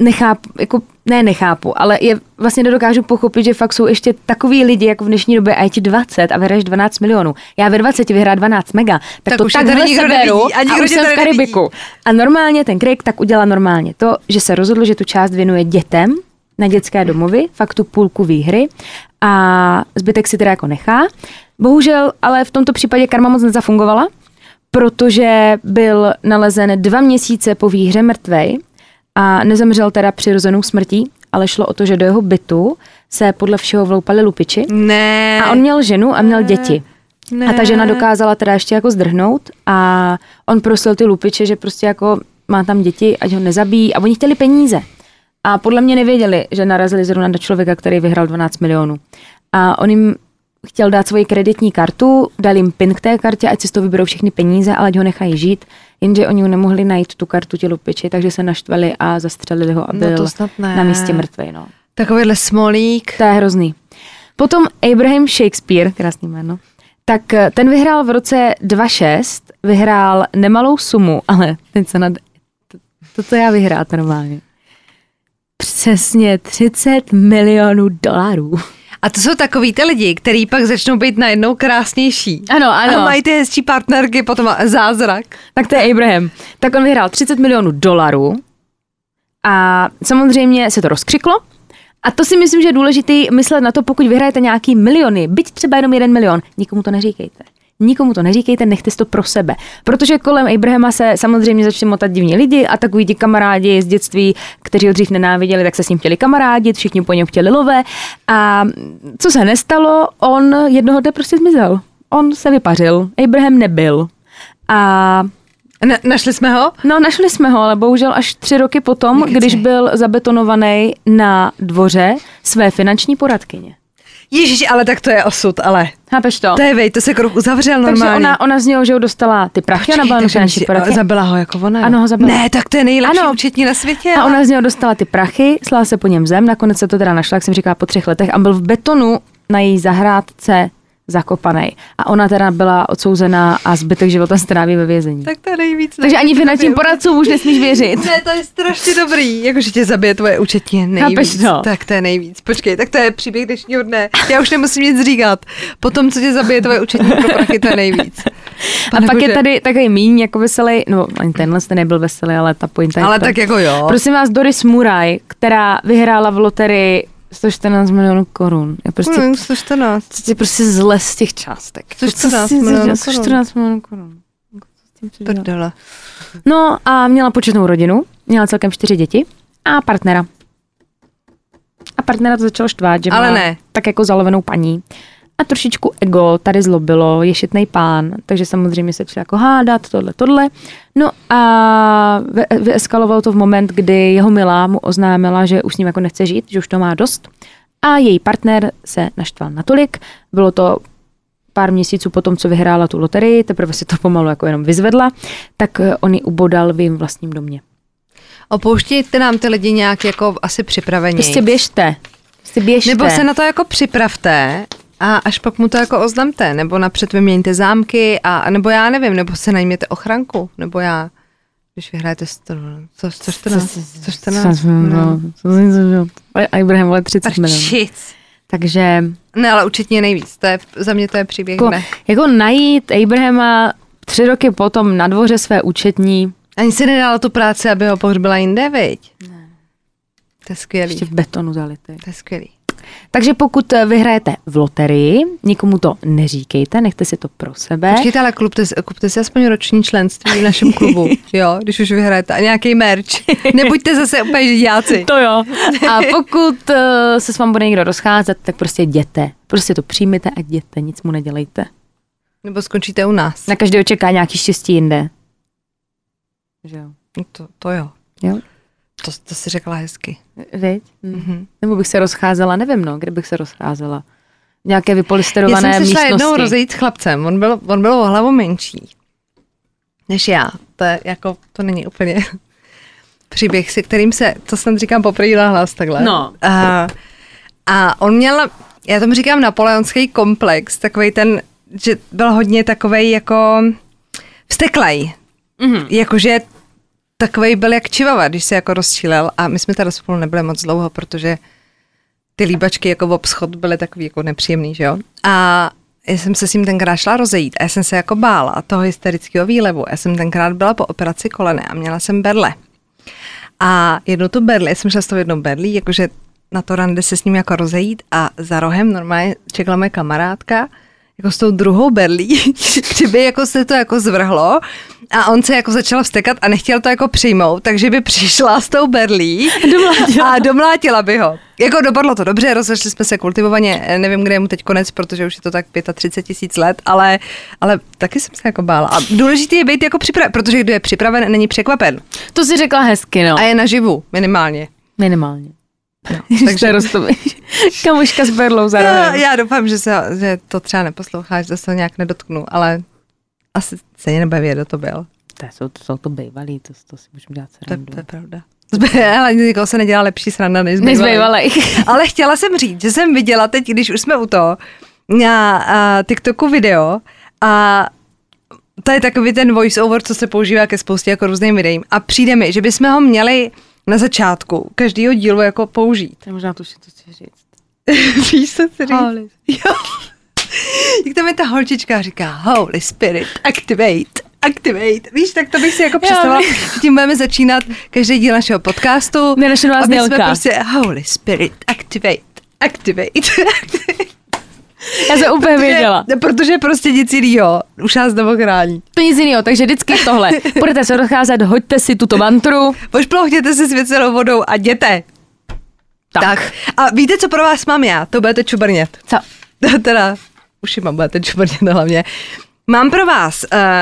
nechápu, ale vlastně nedokážu pochopit, že fakt jsou ještě takový lidi, jako v dnešní době, a je ti 20 a vyhraješ 12 milionů. Já ve 20 vyhrát 12 mega, tak to takhle seberu a už jsem v Karibiku. A normálně ten Craig tak udělal normálně to, že se rozhodl, že tu část věnuje dětem na dětské domovy, fakt tu půlku výhry a zbytek si teda jako nechá. Bohužel, ale v tomto případě karma moc nezafungovala, protože byl nalezen 2 měsíce po výhře mrtvej a nezemřel teda přirozenou smrtí, ale šlo o to, že do jeho bytu se podle všeho vloupali lupiči. Ne. A on měl ženu a měl děti. Ne. A ta žena dokázala teda ještě jako zdrhnout a on prosil ty lupiče, že prostě jako má tam děti, ať ho nezabijí a oni chtěli peníze. A podle mě nevěděli, že narazili zrovna na člověka, který vyhrál 12 milionů. A on jim chtěl dát svoji kreditní kartu, dal jim PIN k té kartě, ať si z toho vyberou všechny peníze, ale ať ho nechají žít, jenže oni nemohli najít tu kartu ti lupiči, takže se naštvali a zastřelili ho a byl na místě mrtvej. No. Takovýhle smolík. To je hrozný. Potom Abraham Shakespeare, krásný jméno, tak ten vyhrál v roce 2006, vyhrál nemalou sumu, ale teď se to já vyhrát normálně. Přesně 30 milionů dolarů. A to jsou takový ty lidi, kteří pak začnou být najednou krásnější. Ano. A mají ty hezčí partnerky, potom zázrak. Tak to je Abraham. Tak on vyhrál 30 milionů dolarů a samozřejmě se to rozkřiklo. A to si myslím, že je důležité myslet na to, pokud vyhrajete nějaký miliony, byť třeba jenom 1 milion, nikomu to neříkejte. Nikomu to neříkejte, nechte si to pro sebe. Protože kolem Abrahama se samozřejmě začne motat divní lidi a takový ti kamarádi z dětství, kteří ho dřív nenáviděli, tak se s ním chtěli kamarádit, všichni po něm chtěli lové. A co se nestalo, on jednoho dne prostě zmizel. On se vypařil, Abraham nebyl. A Našli jsme ho? No, našli jsme ho, ale bohužel až 3 roky potom, když byl zabetonovaný na dvoře své finanční poradkyně. Ježíš, ale tak to je osud, ale. Chápeš to? To je vej, to se kruh uzavřel normálně. Takže ona z něho, že ho dostala ty prachy, ona byla na finanční poradkyně. Zabila ho jako ona. Ano, ho zabila. Ne, tak to je nejlepší účetní na světě. A ona z něho dostala ty prachy, slala se po něm zem, nakonec se to teda našla, jak jsem říkala, po 3 letech a byl v betonu na její zahrádce zakopanej. A ona teda byla odsouzená a zbytek života stráví ve vězení. Tak to je nejvíc. Takže ani finančním poradcům už nesmíš věřit. Ne, to je strašně dobrý. Jakože tě zabije tvoje účetní nejvíc. Tak to je nejvíc. Počkej, tak to je příběh dnešního dne. Já už nemusím nic říkat. Potom, co tě zabije tvoje účetní pro prachy, to je nejvíc. A pak je tady takový míň jako veselý, no ani tenhle nebyl veselý, ale ta pointa je ale tak jako jo. Prosím vás, Doris Murray, která vyhrála v loterii 114 milionů korun. Já prostě, 114. Je prostě zle z těch částek. 114 milionů korun. Prdele. No a měla početnou rodinu, měla celkem 4 děti a partnera. A partnera to začalo štvát, že ale má ne. tak jako zalovenou paní. A trošičku ego tady zlobilo, je šitnej pán, takže samozřejmě se začali jako hádat, tohle. No a vyeskalovalo to v moment, kdy jeho milá mu oznámila, že už s ním jako nechce žít, že už to má dost. A její partner se naštval natolik, bylo to pár měsíců potom, co vyhrála tu loterii, teprve si to pomalu jako jenom vyzvedla, tak on ji ubodal v jejím vlastním domě. Opouštějte nám ty lidi nějak jako asi připravení. Prostě běžte. Nebo se na to jako připravte a až pak mu to jako oznamte, nebo napřed vyměňte zámky, nebo já nevím, nebo se najměte ochranku, nebo já, když vyhrajete 114. A Ibrahim vole 30 milionů. Takže... Ne, ale určitě nejvíc, za mě to je příběh dne. Jako najít Abrahama 3 roky potom na dvoře své účetní. Ani si nedala tu práci, aby ho pohřbila jinde, viď? Ne. To je skvělý. Ještě v betonu zalitý. To je skvělý. Takže pokud vyhrajete v loterii, nikomu to neříkejte, nechte si to pro sebe. Počkejte, ale kupte si aspoň roční členství v našem klubu, jo, když už vyhrajete. A nějaký merch. Nebuďte zase úplně židáci. To jo. A pokud se s vámi bude někdo rozcházet, tak prostě jděte. Prostě to přijměte a jděte, nic mu nedělejte. Nebo skončíte u nás. Na každého čeká nějaký štěstí jinde. Že jo. To jo. Jo. To si řekla hezky. Viď? Mm-hmm. Nebo bych se rozcházela, nevím, kde bych se rozcházela. Nějaké vypolisterované místnosti. Já jsem se šla jednou rozejít s chlapcem, on byl o hlavu menší než já. To není úplně příběh, se kterým to jsem říkám poprvé na hlas takhle. No. A on měl, já tomu říkám napoleonský komplex, takovej ten, že byl hodně takovej jako vzteklej. Mm-hmm. Jakože takovej byl jak čivava, když se jako rozčílel a my jsme teda spolu nebyli moc dlouho, protože ty líbačky jako v obschod byly takový jako nepříjemný, že jo. A já jsem se s ním tenkrát šla rozejít a já jsem se jako bála toho hysterického výlevu. Já jsem tenkrát byla po operaci kolene a měla jsem berle. A jednou tu berli, já jsem šla s tou jednou berlí, jakože na to rande se s ním jako rozejít a za rohem normálně čekala moje kamarádka jako s tou druhou berlí, kdyby jako se to jako zvrhlo a on se jako začal vztekat a nechtěl to jako přijmout, takže by přišla s tou berlí a domlátila by ho. Jako dopadlo to dobře, rozešli jsme se kultivovaně, nevím, kde je mu teď konec, protože už je to tak 35 000 let, ale taky jsem se jako bála. A důležité je být jako připraven, protože kdo je připraven, není překvapen. To si řekla hezky, no. A je naživu, minimálně. No, takže roztomíš. Kamuška s berlou za rohem. Já doufám, že to třeba neposloucháš, že se ho nějak nedotknu, ale asi se nebude vědět, kdo to byl. To jsou to bejvalí, to si můžu dělat srandu. To je pravda. Ale nikoho se nedělá lepší sranda než bejvalej. Ale chtěla jsem říct, že jsem viděla teď, když už jsme u toho, na TikToku video a to je takový ten voice over, co se používá ke spoustě jako různým videím a přijde mi, že bychom ho měli na začátku každého dílu jako použít. To je možná to chci říct. Víš, co chci říct? Jo. Jak tam je ta holčička říká Holy Spirit, activate. Víš, tak to bych si jako představila. Tím budeme začínat každý díl našeho podcastu. Nenaše vás aby jsme prostě Holy Spirit, activate. Já jsem úplně věděla. Protože prostě nic jinýho. Už nás chrání. To nic jinýho, takže vždycky tohle. Budete se rozcházet, hoďte si tuto mantru. Pošplouchněte si svěcenou vodou a jděte. Tak. A víte, co pro vás mám já? To budete čubrnět. Co? Teda, ušima budete čubrnět hlavně. Mám pro vás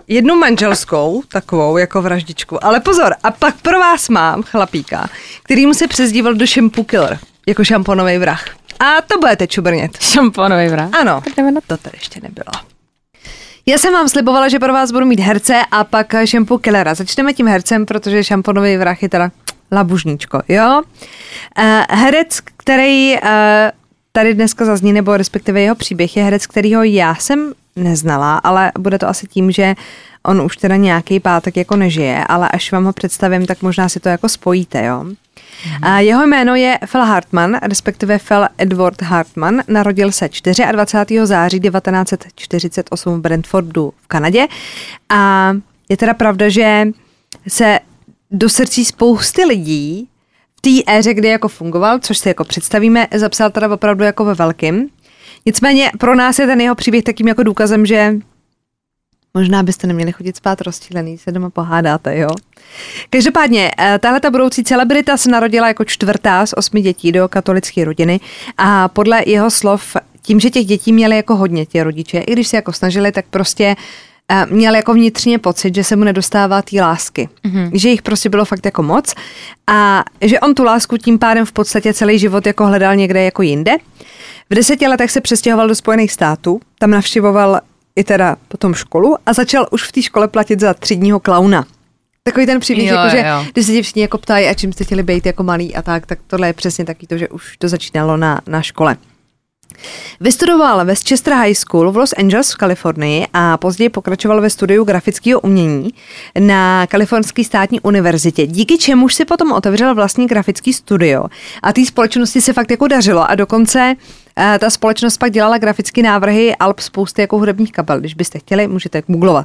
jednu manželskou, takovou jako vraždičku. Ale pozor, a pak pro vás mám chlapíka, který mu se přezdíval do Shampoo Killer, jako šamponový vrah. A to budete čubrnět. Šamponový vrah? Ano, to tady ještě nebylo. Já jsem vám slibovala, že pro vás budu mít herce a pak Shampoo Killera. Začneme tím hercem, protože šamponový vrah je teda labužníčko, jo? Herec, který tady dneska zazní, nebo respektive jeho příběh, je herec, kterýho já jsem neznala, ale bude to asi tím, že on už teda nějaký pátek jako nežije, ale až vám ho představím, tak možná si to jako spojíte, jo? Jeho jméno je Phil Hartman, respektive Phil Edward Hartman. Narodil se 24. září 1948 v Brantfordu v Kanadě. A je teda pravda, že se do srdcí spousty lidí v té éře, kdy jako fungoval, což si jako představíme, zapsal teda opravdu jako ve velkým. Nicméně pro nás je ten jeho příběh takým jako důkazem, že možná byste neměli chodit spát rozčílený, se doma pohádáte, jo? Každopádně, tahleta budoucí celebrita se narodila jako 4. z 8 dětí do katolické rodiny a podle jeho slov, tím, že těch dětí měli jako hodně ti rodiče, i když se jako snažili, tak prostě měl jako vnitřně pocit, že se mu nedostává té lásky. Že jich prostě bylo fakt jako moc a že on tu lásku tím pádem v podstatě celý život jako hledal někde jako jinde. V 10 letech se přestěhoval do Spojených států, tam navštěvoval i teda potom školu a začal už v té škole platit za třídního klauna. Takový ten příběh, jakože když se tě všichni jako ptají, a čím jste chtěli být jako malý a tak tohle je přesně taky to, že už to začínalo na škole. Vystudoval Westchester High School v Los Angeles v Kalifornii a později pokračoval ve studiu grafického umění na Kalifornské státní univerzitě, díky čemuž si potom otevřel vlastní grafický studio a té společnosti se fakt jako dařilo a dokonce ta společnost pak dělala grafické návrhy alb spousty jako hudebních kapel. Když byste chtěli, můžete googlovat.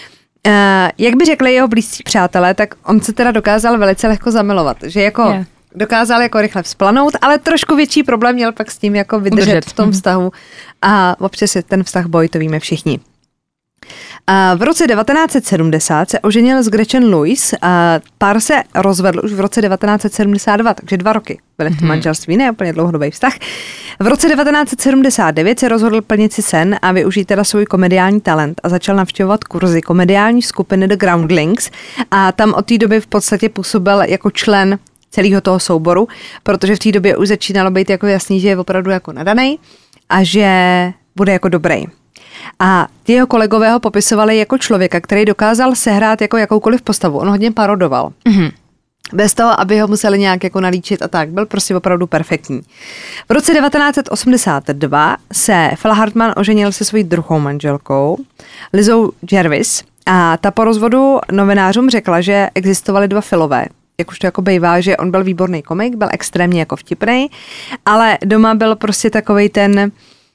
Jak by řekli jeho blízcí přátelé, tak on se teda dokázal velice lehko zamilovat, že jako dokázal jako rychle vzplanout, ale trošku větší problém měl pak s tím jako vydržet v tom vztahu a občas je ten vztah boj, to víme všichni. V roce 1970 se oženil s Gretchen Lewis a pár se rozvedl už v roce 1972, takže 2 roky byli v tom manželství, ne úplně dlouhodobý vztah. V roce 1979 se rozhodl plnit si sen a využít teda svůj komediální talent a začal navštěvovat kurzy komediální skupiny The Groundlings a tam od té doby v podstatě působil jako člen celého toho souboru, protože v té době už začínalo být jako jasný, že je opravdu jako nadanej a že bude jako dobrý. A ty jeho kolegové ho popisovali jako člověka, který dokázal sehrát jako jakoukoliv postavu. On hodně parodoval. Bez toho, aby ho museli nějak jako nalíčit a tak. Byl prostě opravdu perfektní. V roce 1982 se Phil Hartman oženil se svojí druhou manželkou, Lizou Jervis, a ta po rozvodu novinářům řekla, že existovaly 2 Philové. Jak už to jako bývá, že on byl výborný komik, byl extrémně jako vtipnej, ale doma byl prostě takovej ten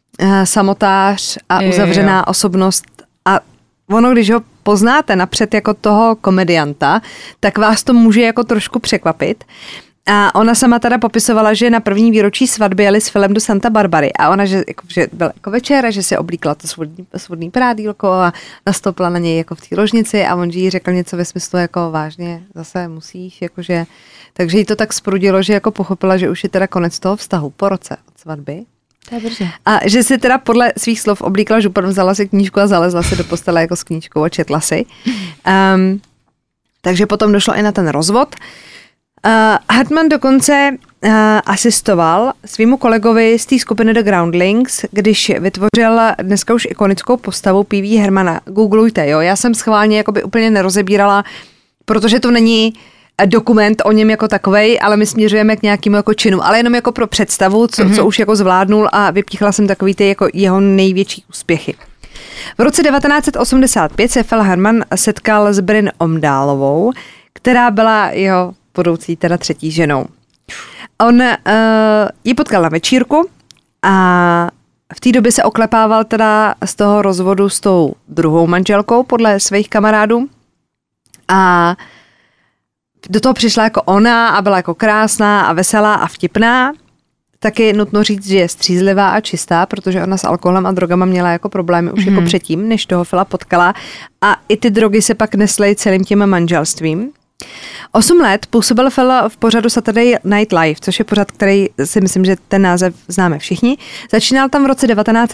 samotář a uzavřená osobnost a ono, když ho poznáte napřed jako toho komedianta, tak vás to může jako trošku překvapit. A ona sama teda popisovala, že na první výročí svatby jeli s Philem do Santa Barbary a ona, že byl jako večer a že se oblíkla to svodný prádílko a nastoupila na něj jako v té ložnici a on jí řekl něco ve smyslu jako vážně, zase musíš, jakože, takže jí to tak sprudilo, že jako pochopila, že už je teda konec toho vztahu po roce od svatby. A že si teda podle svých slov oblíkla župan, vzala si knížku a zalezla si do postele jako s knížkou a četla si. Takže potom došlo i na ten rozvod. Hartman dokonce asistoval svýmu kolegovi z té skupiny The Groundlings, když vytvořil dneska už ikonickou postavu Pee Wee Hermana. Googlujte, jo. Já jsem schválně jakoby úplně nerozebírala, protože to není dokument o něm jako takovej, ale my směřujeme k nějakému jako činu, ale jenom jako pro představu, co už jako zvládnul a vypíchla jsem takový ty jako jeho největší úspěchy. V roce 1985 se Phil Hartman setkal s Bryn Omdálovou, která byla jeho budoucí teda 3. ženou. On ji potkal na večírku a v té době se oklepával teda z toho rozvodu s tou druhou manželkou podle svých kamarádů a do toho přišla jako ona a byla jako krásná a veselá a vtipná. Taky nutno říct, že je střízlivá a čistá, protože ona s alkoholem a drogama měla jako problémy už jako předtím, než toho Phila potkala. A i ty drogy se pak nesly celým tím manželstvím. 8 let působil Phil v pořadu Saturday Night Live, což je pořad, který si myslím, že ten název známe všichni. Začínal tam v roce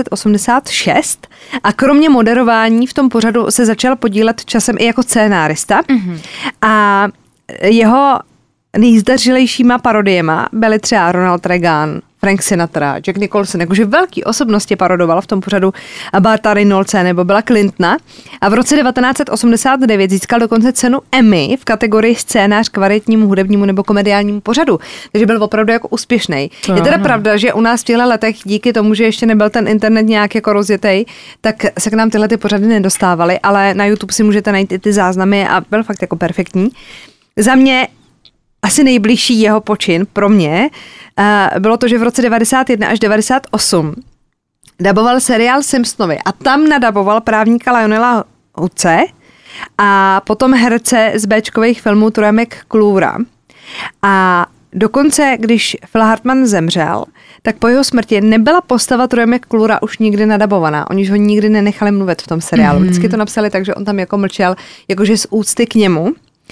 1986 a kromě moderování v tom pořadu se začal podílet časem i jako scénárista. A jeho nejzdařilejšíma parodiema byly třeba Ronald Reagan, Frank Sinatra, Jack Nicholson, jakože velký osobnosti parodoval v tom pořadu Barta Reynoldse nebo Billa Clintona. A v roce 1989 získal dokonce cenu Emmy v kategorii scénář kvalitnímu hudebnímu nebo komediálnímu pořadu. Takže byl opravdu jako úspěšný. Je teda pravda, že u nás v těchto letech díky tomu, že ještě nebyl ten internet nějak jako rozjetej, tak se k nám tyhle ty pořady nedostávaly, ale na YouTube si můžete najít i ty záznamy a byl fakt jako perfektní. Za mě asi nejbližší jeho počin pro mě bylo to, že v roce 91 až 98 daboval seriál Simpsonovi a tam nadaboval právníka Lionela Hutze a potom herce z béčkových filmů Troje McClura. A dokonce, když Phil Hartman zemřel, tak po jeho smrti nebyla postava Troje McClura už nikdy nadabovaná. Oni ho nikdy nenechali mluvit v tom seriálu. Vždycky to napsali tak, že on tam jako mlčel, jakože z úcty k němu.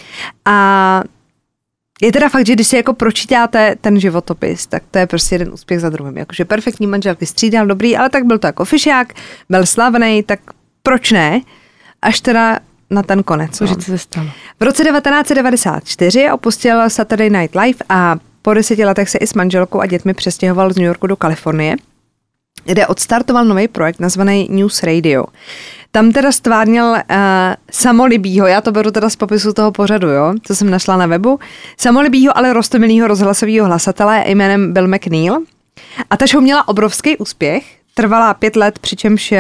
A je teda fakt, že když si jako pročítáte ten životopis, tak to je prostě jeden úspěch za druhým. Jakože perfektní manželky střídal, dobrý, ale tak byl to jako fišák, byl slavný, tak proč ne? Až teda na ten konec. Cože se stalo? V roce 1994 opustil Saturday Night Live a po 10 letech se i s manželkou a dětmi přestěhoval z New Yorku do Kalifornie, kde odstartoval nový projekt nazvaný News Radio. Tam teda stvárnil samolibýho, já to beru teda z popisu toho pořadu, jo, co jsem našla na webu, samolibýho, ale roztomilýho rozhlasového hlasatele jménem Bill McNeil. A ta show měla obrovský úspěch, trvala 5 let, přičemž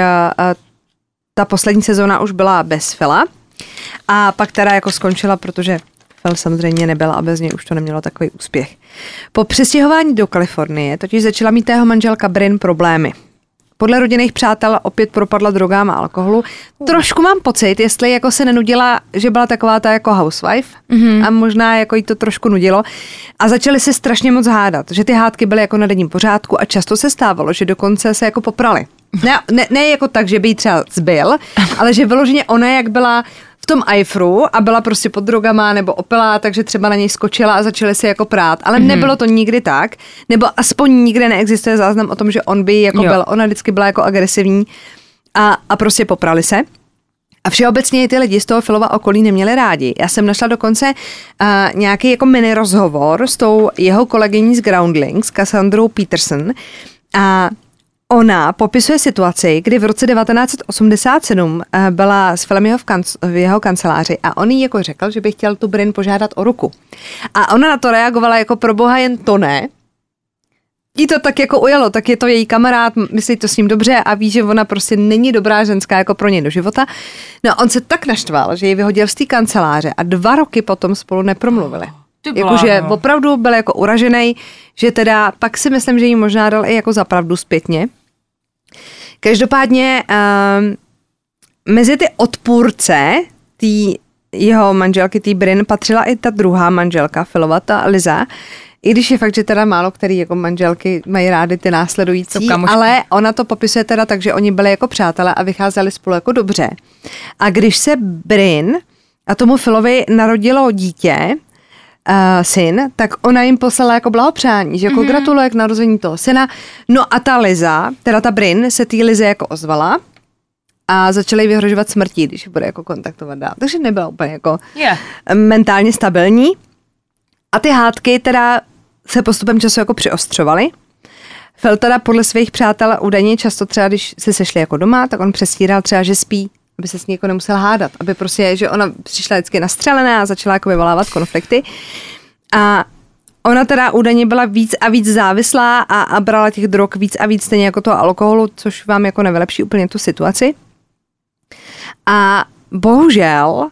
ta poslední sezóna už byla bez Phila a pak teda jako skončila, protože Phil samozřejmě nebyl a bez něj už to nemělo takový úspěch. Po přestěhování do Kalifornie totiž začala mít jeho manželka Bryn problémy. Podle rodinných přátel opět propadla drogám a alkoholu. Trošku mám pocit, jestli jako se nenudila, že byla taková ta jako housewife a možná jako jí to trošku nudilo. A začali se strašně moc hádat, že ty hádky byly jako na denním pořádku a často se stávalo, že dokonce se jako poprali. Ne jako tak, že by jí třeba zbyl, ale že vyloženě ona jak byla v tom ajfru a byla prostě pod drogama nebo opilá, takže třeba na něj skočila a začali si jako prát. Ale nebylo to nikdy tak, nebo aspoň nikde neexistuje záznam o tom, že on by jako byl. Ona vždycky byla jako agresivní a prostě poprali se. A všeobecně ty lidi z toho Philova okolí neměli rádi. Já jsem našla dokonce nějaký jako mini rozhovor s tou jeho kolegyní z Groundlings, Cassandrou Peterson, a ona popisuje situaci, kdy v roce 1987 byla s Philem v jeho kanceláři a on jí jako řekl, že by chtěl tu Bryn požádat o ruku. A ona na to reagovala jako pro boha jen to ne. Jí to tak jako ujelo, tak je to její kamarád, myslí to s ním dobře a ví, že ona prostě není dobrá ženská jako pro něj do života. No on se tak naštval, že ji vyhodil z té kanceláře a 2 roky potom spolu nepromluvili. Jakože opravdu byl jako uražený, že teda pak si myslím, že jí možná dal i jako za pravdu zpětně. Každopádně mezi ty odpůrce jeho manželky, té Bryn, patřila i ta druhá manželka Philova, ta Liza, i když je fakt, že teda málo který jako manželky mají rády ty následující, ale ona to popisuje teda tak, že oni byli jako přátelé a vycházeli spolu jako dobře. A když se Bryn a tomu Philovi narodilo dítě, syn, tak ona jim poslala jako blahopřání, že jako gratuluje k narození toho syna. No a ta Liza, teda ta Bryn, se té Lize jako ozvala a začala jí vyhrožovat smrtí, když bude jako kontaktovat dál. Takže nebyla úplně jako mentálně stabilní. A ty hádky teda se postupem času jako přiostřovaly. Phil teda podle svých přátel údajně často třeba, když se sešli jako doma, tak on přestíral třeba, že spí, aby se s ní jako nemusel hádat, aby prostě, že ona přišla vždycky nastřelená a začala jako vyvolávat konflikty. A ona teda údajně byla víc a víc závislá a brala těch drog víc a víc, stejně jako toho alkoholu, což vám jako nevylepší úplně tu situaci. A bohužel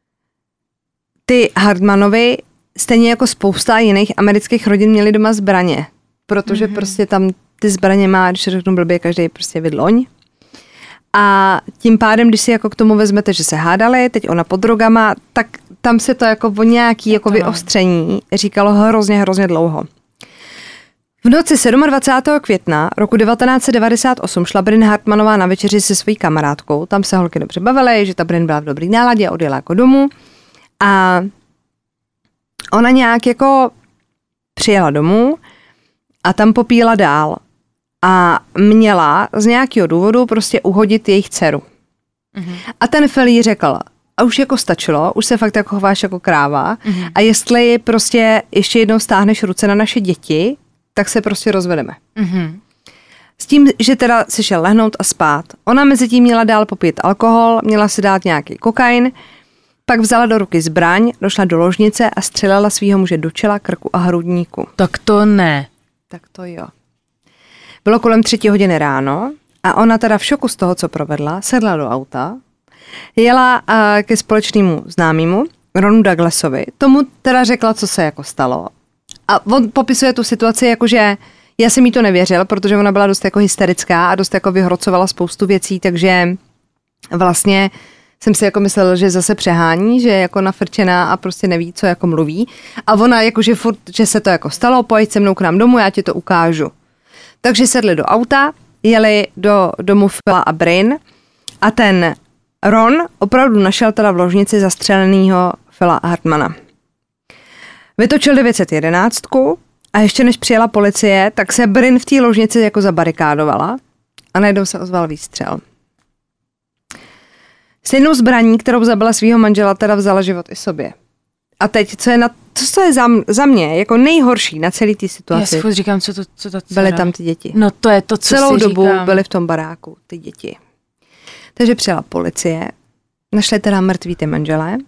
ty Hartmanovi stejně jako spousta jiných amerických rodin měli doma zbraně, protože prostě tam ty zbraně má, když řeknu blbě, každý prostě vidloň. A tím pádem, když si jako k tomu vezmete, že se hádali, teď ona pod drogama, tak tam se to jako o nějaký jako vyostření říkalo hrozně dlouho. V noci 27. května roku 1998 šla Bryn Hartmanová na večeři se svojí kamarádkou. Tam se holky dobře bavily, že ta Bryn byla v dobrý náladě a odjela jako domů. A ona nějak jako přijela domů a tam popíla dál. A měla z nějakého důvodu prostě uhodit jejich dceru. A ten Phil jí řekl, a už jako stačilo, už se fakt jako chováš jako kráva a jestli prostě ještě jednou stáhneš ruce na naše děti, tak se prostě rozvedeme. S tím, že teda si šel lehnout a spát. Ona mezi tím měla dál popít alkohol, měla si dát nějaký kokain, pak vzala do ruky zbraň, došla do ložnice a střelila svýho muže do čela, krku a hrudníku. Tak to ne. Tak to jo. Bylo kolem 3 hodiny ráno a ona teda v šoku z toho, co provedla, sedla do auta, jela ke společnému známému, Ronu Douglasovi. Tomu teda řekla, co se jako stalo. A on popisuje tu situaci jako, že já jsem jí to nevěřil, protože ona byla dost jako hysterická a dost jako vyhrocovala spoustu věcí, takže vlastně jsem si jako myslel, že zase přehání, že je jako nafrčená a prostě neví, co jako mluví. A ona jako, že furt, že se to jako stalo, pojď se mnou k nám domů, já ti to ukážu. Takže sedli do auta, jeli do domu Phila a Bryn a ten Ron opravdu našel teda v ložnici zastřelenýho Phila Hartmana. Vytočil 911 a ještě než přijela policie, tak se Bryn v té ložnici jako zabarikádovala a najednou se ozval výstřel. Stejnou zbraní, kterou zabila svého manžela, teda vzala život i sobě. A teď, co je za mě jako nejhorší na celé té situaci. Já si furt říkám, co to byly tam ty děti. No to je to, co celou si dobu říkám. Byly v tom baráku ty děti. Takže přijela policie, našli teda mrtvý ty manželé,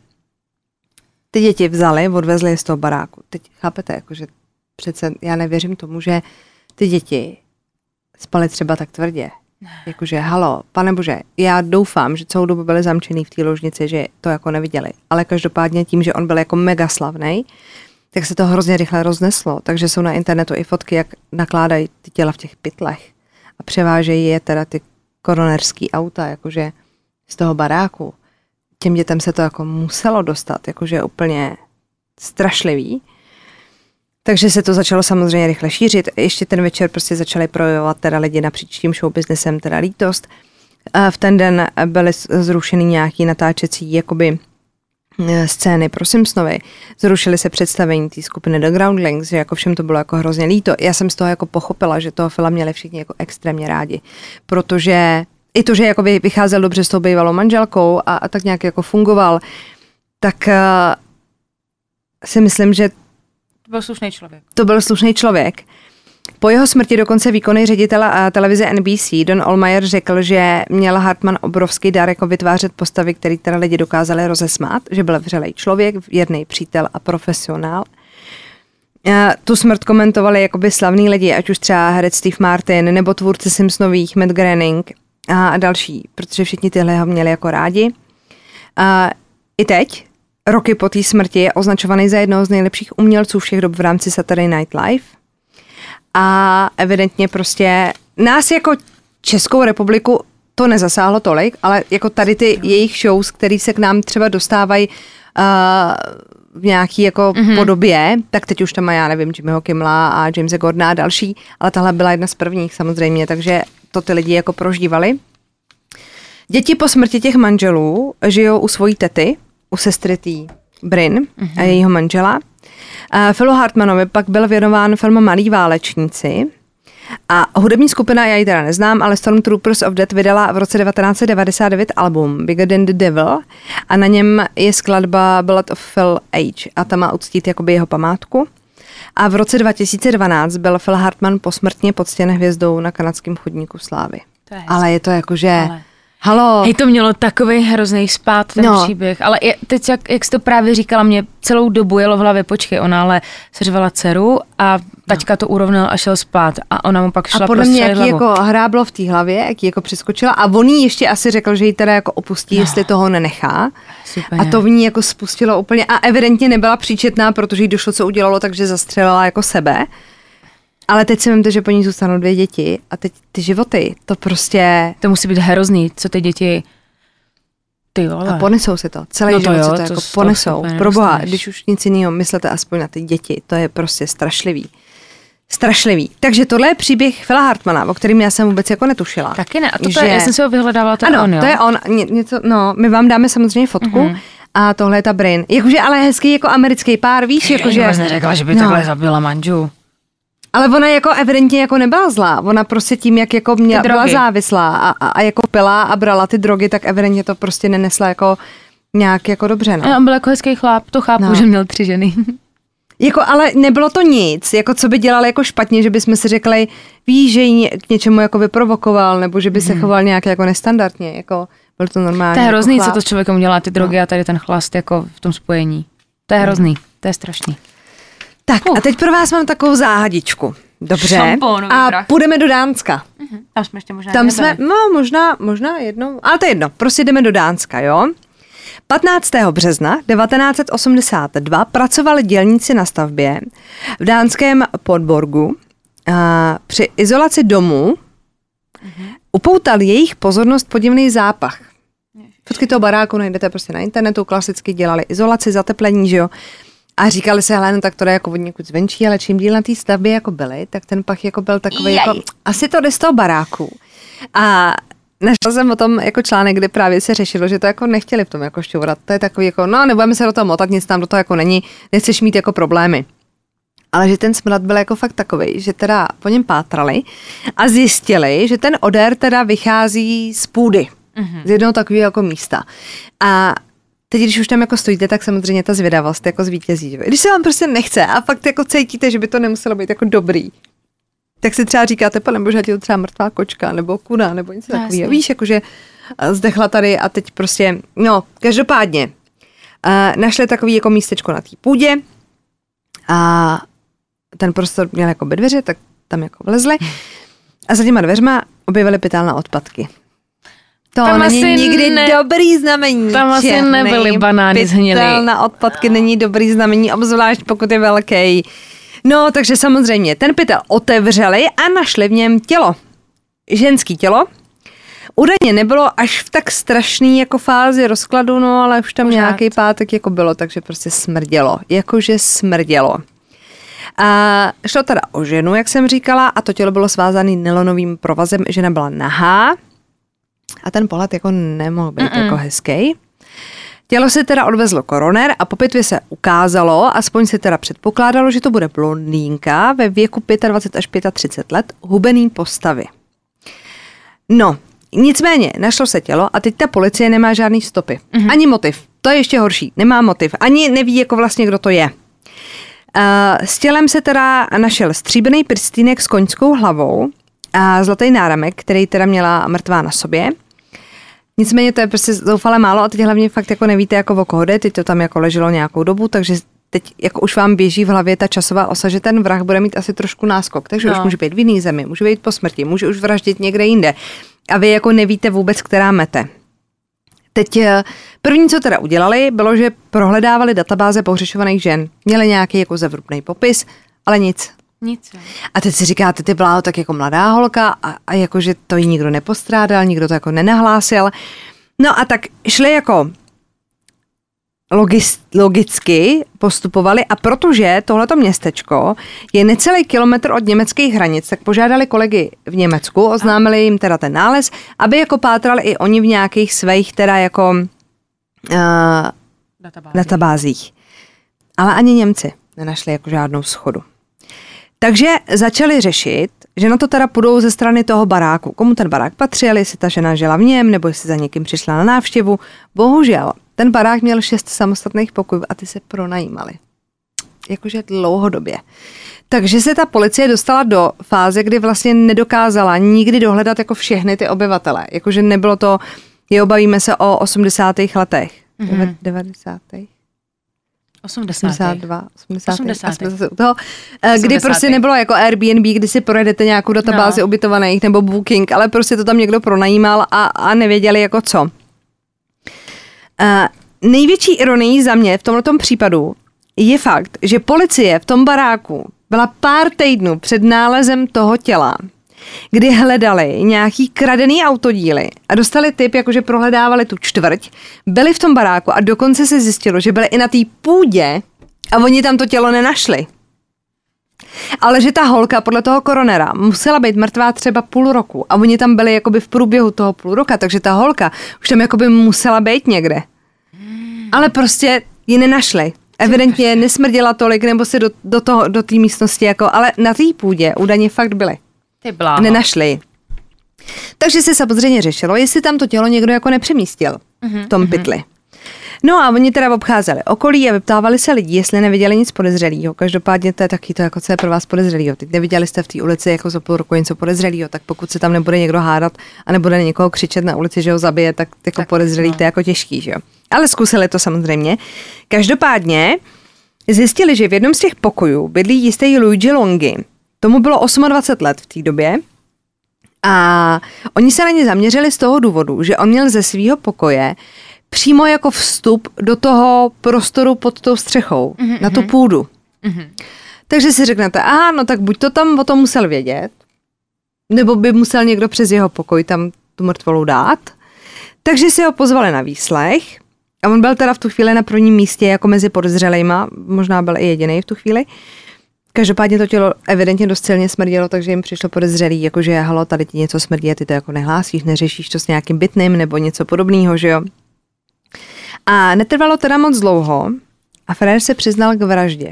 ty děti vzali, odvezli je z toho baráku. Teď chápete, jakože přece já nevěřím tomu, že ty děti spaly třeba tak tvrdě. Jakože, halo, pane bože, já doufám, že celou dobu byli zamčený v té ložnici, že to jako neviděli. Ale každopádně tím, že on byl jako mega slavnej, tak se to hrozně rychle rozneslo. Takže jsou na internetu i fotky, jak nakládají ty těla v těch pytlech a převážejí je teda ty koronerský auta, jakože z toho baráku. Těm dětem se to jako muselo dostat, jakože úplně strašlivý. Takže se to začalo samozřejmě rychle šířit. Ještě ten večer prostě začali projevovat teda lidi napříč tím showbiznesem teda lítost. A v ten den byly zrušeny nějaký natáčecí jakoby scény pro Simpsonovi. Zrušily se představení té skupiny The Groundlings, že jako všem to bylo jako hrozně líto. Já jsem z toho jako pochopila, že toho Phila měli všichni jako extrémně rádi, protože i to, že jako vycházel dobře s tou bývalou manželkou a tak nějak jako fungoval, tak si myslím, že to byl slušný člověk. Po jeho smrti dokonce výkonný ředitel televize NBC Don Ohlmeyer řekl, že měl Hartman obrovský dar jako vytvářet postavy, které teda lidi dokázali rozesmát, že byl vřelej člověk, věrný přítel a profesionál. Tu smrt komentovali jakoby slavní lidi, ať už třeba herec Steve Martin nebo tvůrce Simpsonových Matt Groening a další, protože všichni tyhle ho měli jako rádi. I teď, roky po té smrti, je označovaný za jednoho z nejlepších umělců všech dob v rámci Saturday Night Live. A evidentně prostě nás jako Českou republiku to nezasáhlo tolik, ale jako tady ty jejich shows, které se k nám třeba dostávají v nějaký jako podobě, tak teď už tam má, já nevím, Jimmyho Kimmela a Jamesa Gordona a další, ale tahle byla jedna z prvních samozřejmě, takže to ty lidi jako prožívali. Děti po smrti těch manželů žijou u svojí tety, u sestry tý Bryn a jejího manžela. Philu Hartmanovi pak byl věnován film Malí válečníci a hudební skupina, já ji teda neznám, ale Stormtroopers of Death vydala v roce 1999 album Bigger Than the Devil a na něm je skladba Blood of Phil H. a ta má uctít jakoby jeho památku. A v roce 2012 byl Phil Hartman posmrtně poctěn hvězdou na kanadském chodníku slávy. Ale je to jakože... Halo. Hej, to mělo takový hrozný spát ten příběh, ale teď, jak jsi to právě říkala, mě celou dobu jelo v hlavě, počkej, ona ale seřvala dceru a taťka to urovnal a šel spát a ona mu pak šla podle mě, jak jako hráblo v té hlavě, jak jako přeskočila a on jí ještě asi řekl, že ji teda jako opustí, jestli toho nenechá. Super. A to v ní jako spustilo úplně a evidentně nebyla příčetná, protože jí došlo, co udělalo, takže zastřelila jako sebe. Ale teď si vemte, že po ní zůstanou 2 děti a teď ty životy, to prostě... To musí být hrozný, co ty děti... Ty vole. A ponesou si to, celý život si to jako ponesou. Proboha, když už nic jiného, myslete aspoň na ty děti, to je prostě strašlivý. Strašlivý. Takže tohle je příběh Phila Hartmana, o kterým já jsem vůbec jako netušila. Taky ne, a to je, já jsem si ho vyhledávala, to ano, je on, jo? to je on, něco, no, my vám dáme samozřejmě fotku a tohle je ta Bryn. Jakože ale hezký jako americký pár, víš, jakože... Já neřekla, že by takhle zabila manžu. Ale ona jako evidentně jako nebyla zlá. Ona prostě tím, jak jako byla závislá a jako pila a brala ty drogy, tak evidentně to prostě nenesla jako nějak jako dobře. No. A on byl jako hezký chlap, to chápu, že měl 3 ženy. Jako, ale nebylo to nic, jako co by dělal jako špatně, že bychom si řekli, víš, že ji k něčemu jako vyprovokoval, nebo že by se choval nějak jako nestandardně, jako byl to normálně. To je hrozný, jako co to s člověkem udělá, ty drogy a tady ten chlast jako v tom spojení. To je hrozný, to je strašný. Tak a teď pro vás mám takovou záhadičku. Dobře. Šampónový a vrah. půjdeme do Dánska. Tam jsme ještě možná Tam jsme, no možná jednou, ale to je jedno, prostě jdeme do Dánska, jo. 15. března 1982 pracovali dělníci na stavbě v dánském Podborgu. Při izolaci domu upoutal jejich pozornost podivný zápach. Fotky toho baráku najdete prostě na internetu, klasicky dělali izolaci, zateplení, že jo. A říkali se, hele, no tak to je jako od někud zvenčí, ale čím díl na té stavbě jako byli, tak ten pach jako byl takový jako, asi to jde z toho baráku. A našla jsem o tom jako článek, kde právě se řešilo, že to jako nechtěli v tom jako šťourat. To je takový jako, no nebudeme se do toho motat, nic tam do toho jako není, nechceš mít jako problémy. Ale že ten smrad byl jako fakt takový, že teda po něm pátrali a zjistili, že ten odér teda vychází z půdy. Z jednoho takového jako místa. A teď, když už tam jako stojíte, tak samozřejmě ta zvědavost jako zvítězí. Když se vám prostě nechce a fakt jako cítíte, že by to nemuselo být jako dobrý, tak si třeba říkáte, pane bože, je to třeba mrtvá kočka, nebo kuna, nebo něco takového. Víš, jakože zdechla tady a teď prostě, no, každopádně našli takový jako místečko na té půdě a ten prostor měl jako dveře, tak tam jako vlezli a za těma dveřma objevili pytel odpadky. To tam není nikdy dobrý znamení. Tam asi nebyly banány zhnilý. Pytel na odpadky není dobrý znamení, obzvlášť pokud je velký. No, takže samozřejmě ten pytel otevřeli a našli v něm tělo. Ženský tělo. Údajně nebylo až v tak strašný jako fázi rozkladu, no ale už tam nějaký pátek jako bylo, takže prostě smrdělo. Jakože smrdělo. A šlo teda o ženu, jak jsem říkala, a to tělo bylo svázané nylonovým provazem. Žena byla nahá a ten pohled jako nemohl být jako hezký. Tělo se teda odvezlo koroner a po pitvě se ukázalo, aspoň se teda předpokládalo, že to bude blondýnka ve věku 25 až 35 let, hubený postavy. No, nicméně našlo se tělo a teď ta policie nemá žádný stopy. Ani motiv. To je ještě horší. Nemá motiv. Ani neví jako vlastně, kdo to je. S tělem se teda našel stříbrný prstýnek s koňskou hlavou a zlatý náramek, který teda měla mrtvá na sobě. Nicméně to je prostě zoufale málo a teď hlavně fakt jako nevíte, jako o koho jde, teď to tam jako leželo nějakou dobu, takže teď jako už vám běží v hlavě ta časová osa, že ten vrah bude mít asi trošku náskok, takže už může být v jiný zemi, může být po smrti, může už vraždit někde jinde a vy jako nevíte vůbec, která mete. Teď první, co teda udělali, bylo, že prohledávali databáze pohřešovaných žen. Měli nějaký jako zevrubný popis, ale nic. Nic. A teď si říkáte, ty byla tak jako mladá holka a jako, že to jí nikdo nepostrádal, nikdo to jako nenahlásil. No a tak šli jako logicky postupovali a protože tohleto městečko je necelý kilometr od německých hranic, tak požádali kolegy v Německu, oznámili jim teda ten nález, aby jako pátrali i oni v nějakých svých teda jako databázích. Ale ani Němci nenašli jako žádnou shodu. Takže začali řešit, že na to teda půjdou ze strany toho baráku. Komu ten barák patřil, jestli ta žena žila v něm, nebo jestli za někým přišla na návštěvu. Bohužel, ten barák měl 6 samostatných pokojů a ty se pronajímaly. Jakože dlouhodobě. Takže se ta policie dostala do fáze, kdy vlastně nedokázala nikdy dohledat jako všechny ty obyvatele. Jakože nebylo to, bavíme se o 80. letech. 90. 82, 80. Toho, kdy prostě nebylo jako Airbnb, kdy si projedete nějakou databázi ubytovaných nebo Booking, ale prostě to tam někdo pronajímal a nevěděli jako co. Největší ironií za mě v tomhletom případu je fakt, že policie v tom baráku byla pár týdnů před nálezem toho těla, kdy hledali nějaký kradený autodíly a dostali tip, jakože prohledávali tu čtvrť, byli v tom baráku a dokonce se zjistilo, že byli i na té půdě a oni tam to tělo nenašli. Ale že ta holka podle toho koronera musela být mrtvá třeba půl roku a oni tam byli jakoby v průběhu toho půl roka, takže ta holka už tam jakoby musela být někde. Ale prostě ji nenašli. Evidentně nesmrděla tolik, nebo si do té místnosti, jako, ale na té půdě údajně fakt byly. Ty bláho. Nenašli. Takže se samozřejmě řešilo, jestli tam to tělo někdo jako nepřemístil v tom pytli. No a oni teda obcházeli okolí a vyptávali se lidí, jestli neviděli nic podezřelého. Každopádně to je taky to, jako co je pro vás podezřelého. Teď neviděli jste v té ulici jako za půl roku něco podezřelého, tak pokud se tam nebude někdo hádat a nebude někoho křičet na ulici, že ho zabije, tak jako podezřelý to je jako těžký, že jo. Ale zkusili to samozřejmě. Každopádně zjistili, že v jednom z těch pokojů bydlí jistý Luigi Longhi. Tomu bylo 28 let v té době. A oni se na ně zaměřili z toho důvodu, že on měl ze svého pokoje přímo jako vstup do toho prostoru pod tou střechou, na tu půdu. Takže si řeknete, aha, no tak buď to tam o tom musel vědět, nebo by musel někdo přes jeho pokoj tam tu mrtvolu dát. Takže si ho pozvali na výslech a on byl teda v tu chvíli na prvním místě jako mezi podezřelejma, možná byl i jediný v tu chvíli. Každopádně to tělo evidentně dost silně smrdělo, takže jim přišlo podezřelý, jakože halo, tady ti něco smrdí a ty to jako nehlásíš, neřešíš to s nějakým bytným nebo něco podobného, že jo. A netrvalo teda moc dlouho a Frér se přiznal k vraždě.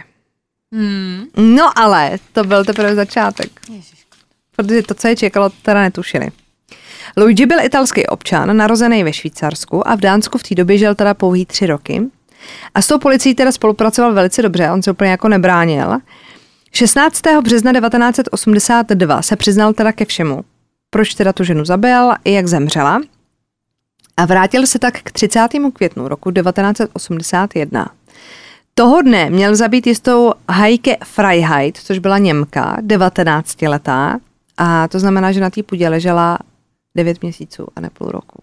No ale to byl teprve začátek. Protože to, co je čekalo, teda netušili. Luigi byl italský občan, narozený ve Švýcarsku a v Dánsku v té době žil teda pouhý 3 roky. A s tou policií teda spolupracoval velice dobře, on se úplně jako nebránil. 16. března 1982 se přiznal teda ke všemu. Proč teda tu ženu zabil i jak zemřela. A vrátil se tak k 30. květnu roku 1981. Toho dne měl zabít jistou Heike Freiheit, což byla Němka, 19letá. A to znamená, že na té půdě ležela 9 měsíců a ne půl roku.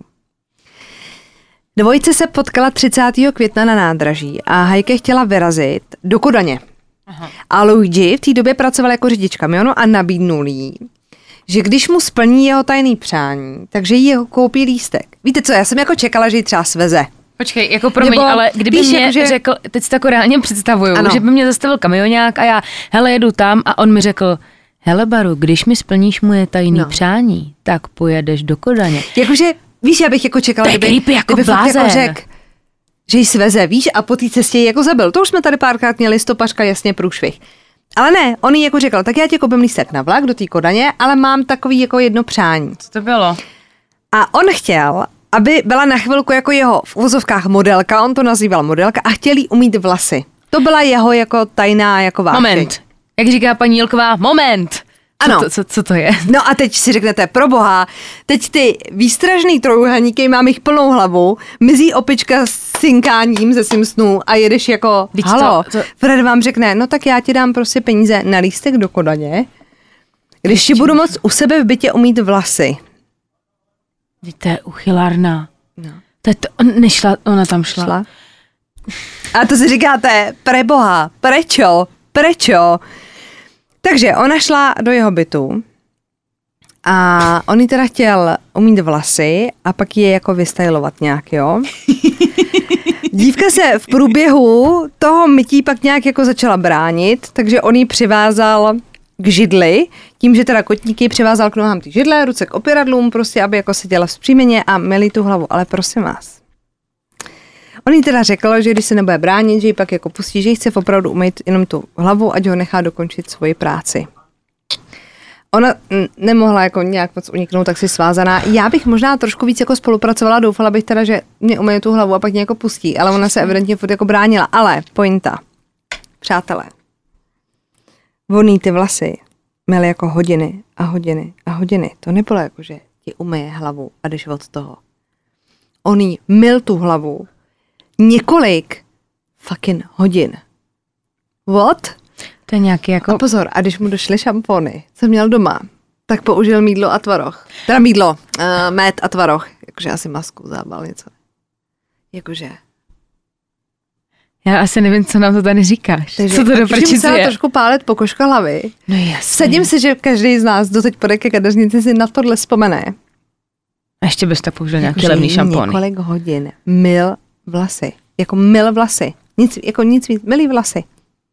Dvojice se potkala 30. května na nádraží a Heike chtěla vyrazit do Kodaně. Aha. A Luigi v té době pracoval jako řidič kamionu a nabídnul jí, že když mu splní jeho tajný přání, takže jí jeho koupí lístek. Víte co, já jsem jako čekala, že ji třeba sveze. Počkej, jako promiň, ale kdyby mě jako, že... řekl, teď si to jako reálně představuju, ano. Že by mě zastavil kamionák a já, hele, jedu tam a on mi řekl, hele Baru, když mi splníš moje tajný přání, tak pojedeš do Kodaně. Jakože, víš, já bych jako čekala, kdyby jako řekl, že jí sveze, víš, a po té cestě ji jako zabil. To už jsme tady párkrát měli, stopařka, jasně průšvih. Ale ne, on jí jako řekl, tak já ti koupím lístek na vlak do té Kodaně, ale mám takový jako jedno přání. Co to bylo? A on chtěl, aby byla na chvilku jako jeho v uvozovkách modelka, on to nazýval modelka a chtěl jí umýt vlasy. To byla jeho jako tajná jako vášeň. Moment, jak říká paní Jilková, moment. Ano. Co to je? No a teď si řeknete, proboha, teď ty výstražný trojúhelníky, mám jich plnou hlavu, mizí opička s cinkáním ze Simpsonů a jedeš jako, halo, Fred vám řekne, no tak já ti dám prostě peníze na lístek do Kodaně, když ti budu moct u sebe v bytě umýt vlasy. To je uchylárna. No. Nešla, ona tam šla. A to si říkáte, preboha, prečo? Takže ona šla do jeho bytu a on jí teda chtěl umýt vlasy a pak je jako vystylovat nějak, jo. Dívka se v průběhu toho mytí pak nějak jako začala bránit, takže on jí přivázal k židli, tím, že teda kotníky přivázal k nohám ty židle, ruce k opěradlům, prostě, aby jako seděla vzpřímeně a myli tu hlavu, ale prosím vás. On jí teda řekl, že když se nebude bránit, že ji pak jako pustí, že jí chce opravdu umýt jenom tu hlavu, ať ho nechá dokončit svoji práci. Ona nemohla jako nějak moc uniknout, tak si svázaná. Já bych možná trošku víc jako spolupracovala, doufala bych teda, že mě umyje tu hlavu a pak mě jako pustí, ale ona se evidentně furt jako bránila. Ale pointa, přátelé, on jí ty vlasy měly jako hodiny a hodiny a hodiny. To nebylo jako, že ti umyje hlavu a jdeš od toho. On jí myl tu hlavu několik fucking hodin. What? To je nějaký jako... A pozor, a když mu došly šampony, co měl doma, tak použil mýdlo a tvaroh. Teda mýdlo, med a tvaroh. Jakože asi masku zábal něco. Jakože. Já asi nevím, co nám to tady říkáš. Takže co to do prčice je? musela trošku pálit pokožka hlavy. No jasně. Vsadím si, že každý z nás doteď půjde ke kadeřnici si na tohle vzpomene. A ještě bys tak použil nějaký levný šampony. Několik hodin myl vlasy. Jako myl vlasy. Nic víc. Mylý vlasy.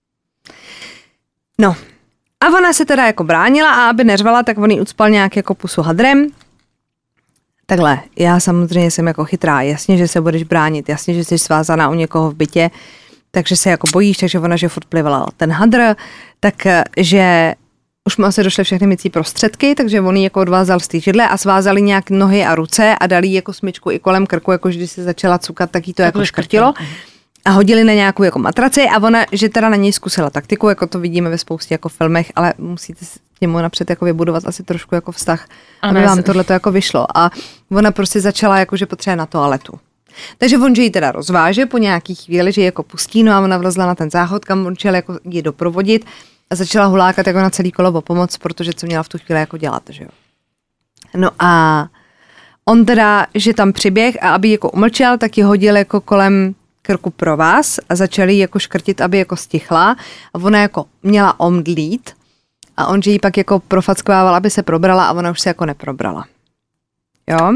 No. A ona se teda jako bránila a aby neřvala, tak on jí ucpal nějak jako pusu hadrem. Takhle, já samozřejmě jsem jako chytrá, jasně, že se budeš bránit, jasně, že jsi svázaná u někoho v bytě, takže se jako bojíš, takže ona, že furt plivala ten hadr, takže už mu asi došly všechny mycí prostředky, takže on ji jako odvázal z té židle a svázali nějak nohy a ruce a dali jí jako smyčku i kolem krku, jako když se začala cukat, tak jí to jako škrtilo. A hodili na nějakou jako matraci a ona, že teda na něj zkusila taktiku, jako to vidíme ve spoustě jako filmech, ale musíte s němu napřed jako vybudovat asi trošku jako vztah, aby vám tohleto jako vyšlo. A ona prostě začala jako, že potřebuje na toaletu. Takže on, že ji teda rozváže po nějaký chvíli, že ji jako pustí, no a ona vlezla na ten záchod, kam on chtěl jako ji doprovodit a začala hulákat jako na celý kolo o pomoc, protože co měla v tu chvíli jako dělat, že jo. No a on teda, že tam přiběh a aby jako umlčel, tak ji hodil jako kolem krku pro vás a začali jako škrtit, aby jako stichla a ona jako měla omdlít a on, že jí pak jako profackovával, aby se probrala a ona už se jako neprobrala. Jo?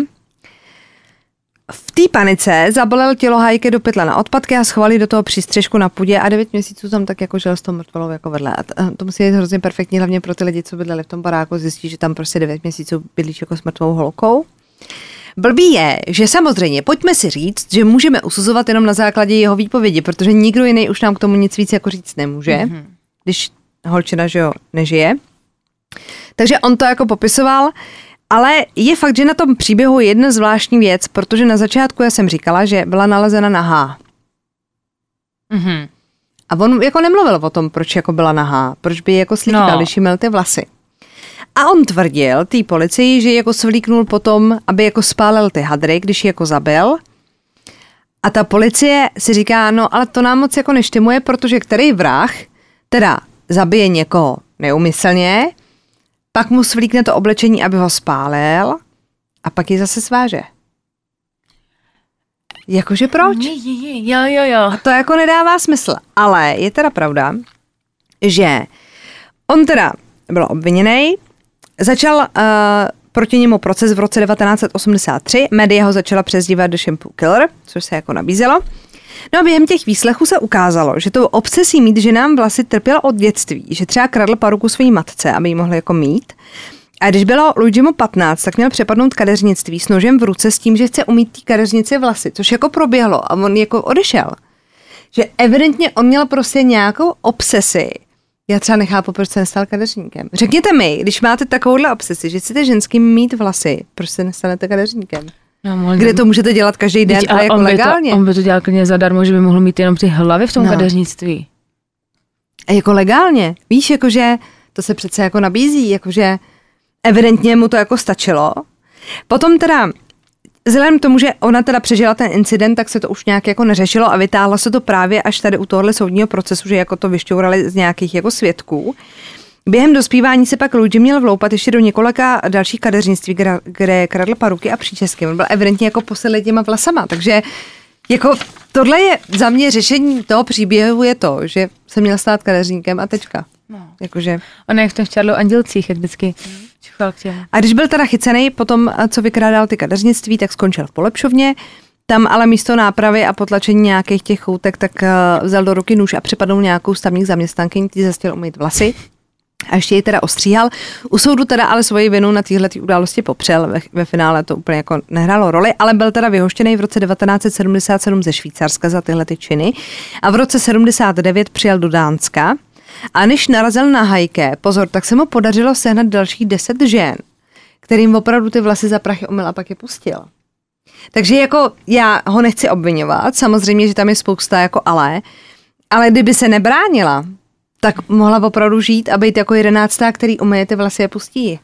V té panice zabalil tělo Hajky do pytle na odpadky a schovali do toho přístřežku na půdě a 9 měsíců tam tak jako žil s tou mrtvolou jako vedle. A to musí být hrozně perfektní, hlavně pro ty lidi, co bydleli v tom baráku, zjistí, že tam prostě 9 měsíců bydlíš jako s mrtvou holkou. Blbý je, že samozřejmě, pojďme si říct, že můžeme usuzovat jenom na základě jeho výpovědi, protože nikdo jiný už nám k tomu nic víc jako říct nemůže, když holčina, že jo, nežije. Takže on to jako popisoval, ale je fakt, že na tom příběhu je jedna zvláštní věc, protože na začátku já jsem říkala, že byla nalezena nahá. A on jako nemluvil o tom, proč jako byla nahá, proč by jako slíkal, když jí měl ty vlasy. A on tvrdil té policii, že jako svlíknul potom, aby jako spálil ty hadry, když ji jako zabil. A ta policie si říká, no ale to nám moc jako neštimuje, protože který vrah teda zabije někoho neumyslně, pak mu svlíkne to oblečení, aby ho spálil a pak ji zase sváže. Jakože proč? Jo. A to jako nedává smysl. Ale je teda pravda, že on teda byl obviněný, začal proti němu proces v roce 1983, média ho začala přezdívat The Shampoo Killer, což se jako nabízelo. No a během těch výslechů se ukázalo, že to obsesí mít ženám vlasy trpěl od dětství, že třeba kradl paruku svojí matce, aby ji mohli jako mít. A když bylo Luigimu 15, tak měl přepadnout kadeřnictví s nožem v ruce s tím, že chce umýt té kadeřnici vlasy, což jako proběhlo a on jako odešel. Že evidentně on měl prostě nějakou obsesi. Já třeba nechápu, proč se nestal kadeřníkem. Řekněte mi, když máte takovouhle obsesi, že chcete ženským mít vlasy, proč se nestanete kadeřníkem? No, kde to můžete dělat každý den, ale jako legálně. On by to dělal klidně zadarmo, že by mohl mít jenom 3 hlavy v tom kadeřnictví. A jako legálně. Víš, jakože to se přece jako nabízí, jakože evidentně mu to jako stačilo. Potom teda, vzhledem k tomu, že ona teda přežila ten incident, tak se to už nějak jako neřešilo a vytáhlo se to právě až tady u tohohle soudního procesu, že jako to vyšťourali z nějakých jako svědků. Během dospívání se pak Luigi měl vloupat ještě do několika dalších kadeřnictví, kde kradl paruky a příčesky. On byl evidentně jako posedlý těma vlasama, takže jako tohle je za mě řešení toho příběhu je to, že se měl stát kadeřníkem a tečka. No. Jakože. On je v tom Charlie Andělcích, jak vždycky čuchal k těmu. A když byl teda chycený potom, co vykrádal ty kadeřnictví, tak skončil v polepšovně. Tam ale místo nápravy a potlačení nějakých těch choutek, tak vzal do ruky nůž a připadnul nějakou stavních zaměstnankyň, který zase chtěl umýt vlasy. A ještě ji teda ostříhal. U soudu teda ale svoji vinu na téhletý události popřel. Ve finále to úplně jako nehrálo roli, ale byl teda vyhoštěný v roce 1977 ze Švýcarska za tyhle ty činy. A v roce 79 přijel do Dánska. A než narazil na Hajke, pozor, tak se mu podařilo sehnat dalších 10 žen, kterým opravdu ty vlasy za prachy umyl a pak je pustil. Takže jako já ho nechci obvinovat, samozřejmě, že tam je spousta jako ale kdyby se nebránila, tak mohla opravdu žít a být jako 11., který umyje ty vlasy a pustí.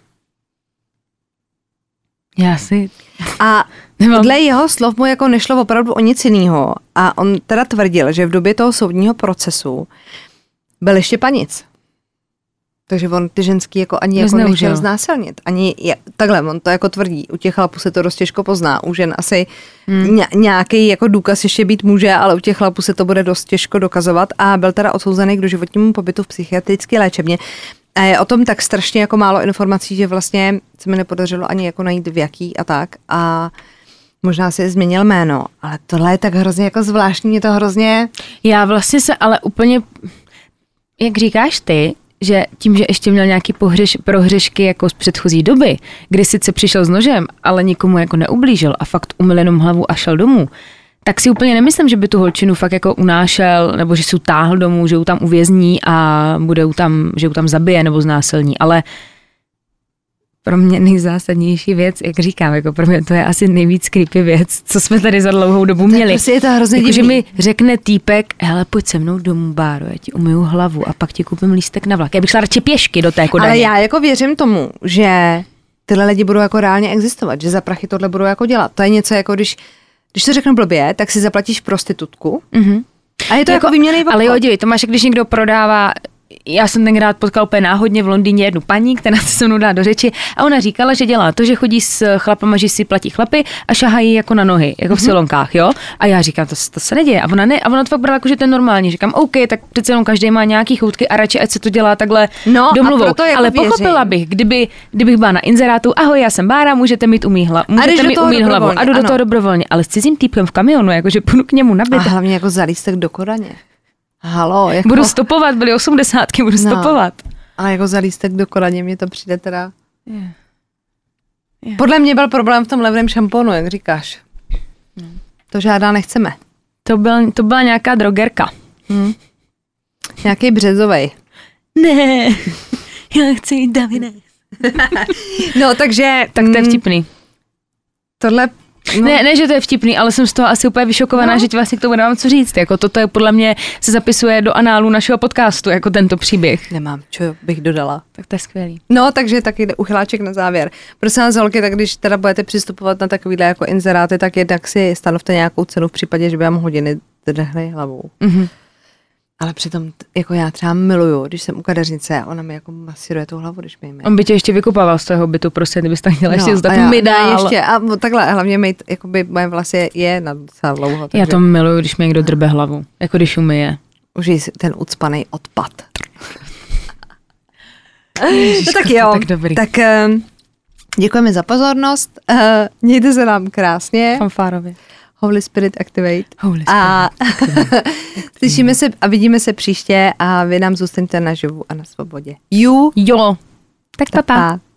Já si... A dle jeho slov mu jako nešlo opravdu o nic jiného. A on teda tvrdil, že v době toho soudního procesu byl ještě panic. Takže on ty ženský jako ani jako nechtěl znásilnit. Ani takhle, on to jako tvrdí. U těch chlapů se to dost těžko pozná. U žen asi nějaký jako důkaz ještě být může, ale u těch chlapů se to bude dost těžko dokazovat. A byl teda odsouzený k doživotnímu pobytu v psychiatrické léčebně. A je o tom tak strašně jako málo informací, že vlastně se mi nepodařilo ani jako najít v jaký a tak. A možná si změnil jméno, ale tohle je tak hrozně jako zvláštní, je to hrozně... Já vlastně se ale úplně, jak říkáš ty, že tím, že ještě měl nějaký prohřešky jako z předchozí doby, kdy sice přišel s nožem, ale nikomu jako neublížil a fakt umyl jenom hlavu a šel domů, tak si úplně nemyslím, že by tu holčinu fakt jako unášel, nebo že si ji táhl domů, že ji tam uvězní a že ji tam zabije nebo znásilní, ale pro mě nejzásadnější věc, jak říkám, jako pro mě to je asi nejvíc creepy věc, co jsme tady za dlouhou dobu měli. Prostě je to hrozně jako, že mi řekne týpek, hele, pojď se mnou domů, Báro, já ti umyju hlavu a pak ti koupím lístek na vlak. Já bych šla radši pěšky do té Kodaně. Ale já jako věřím tomu, že tyhle lidi budou jako reálně existovat, že za prachy tohle budou jako dělat. To je něco jako, když to řeknu blbě, tak si zaplatíš prostitutku a je to jako výměnný obchod. Ale jo, dívej, to máš, když někdo prodává. Já jsem tenkrát potkal úplně náhodně v Londýně jednu paní, která se se mnou dala do řeči a ona říkala, že dělá to, že chodí s chlapama, že si platí chlapy a šahají jako na nohy, jako v silonkách, jo? A já říkám, to se neděje. A ona to fakt brala jako, že to je normální. Říkám, OK, tak přece jenom každý má nějaký choutky a radši, ať se to dělá takhle domluvou. Jako ale pochopila bych, kdybych byla na inzerátu, ahoj, já jsem Bára, můžete mít umýt hlavu a jdu do toho dobrovolně, ale s cizím týpkem v kamionu, jakože půjdu k němu nabít. A hlavně jako za lístek do Kodaně. Halo, jako... Budu stopovat, byly 80, budu stopovat. A jako za lístek do Kodaně mě to přijde teda... Yeah. Podle mě byl problém v tom levném šamponu, jak říkáš. To žádná nechceme. To byla nějaká drogerka. Nějaký březovej. Ne, já chci jít Davine. No, takže... Tak to je vtipný. Tohle... No. Ne, že to je vtipný, ale jsem z toho asi úplně vyšokovaná, že ti vlastně k tomu nemám co říct. Jako toto je podle mě se zapisuje do análu našeho podcastu, jako tento příběh. Nemám, čo bych dodala. Tak to je skvělý. No, takže taky uchyláček na závěr. Prosím vás, holky, tak když teda budete přistupovat na takovýhle jako inzeráty, tak jednak si stanovte nějakou cenu v případě, že by vám hodiny drhly hlavou. Ale přitom, jako já třeba miluju, když jsem u kadeřnice a ona mi jako masíruje tu hlavu, když mi jme. On by tě ještě vykopával z toho bytu, prostě, kdybyste tak chtěla ještě zdat mi dál. Ještě, a takhle, hlavně mít, jakoby moje vlasy je na docela dlouho. Já to miluju, když mi někdo drbe hlavu, jako když umyje. Už je ten ucpaný odpad. Ježiško, no tak jo, tak děkujeme za pozornost, mějte se nám krásně. Fanfárově. Holy Spirit Activate. Holy Spirit Activate. Slyšíme se a vidíme se příště a vy nám zůstaňte naživu a na svobodě. Jo. Tak pa.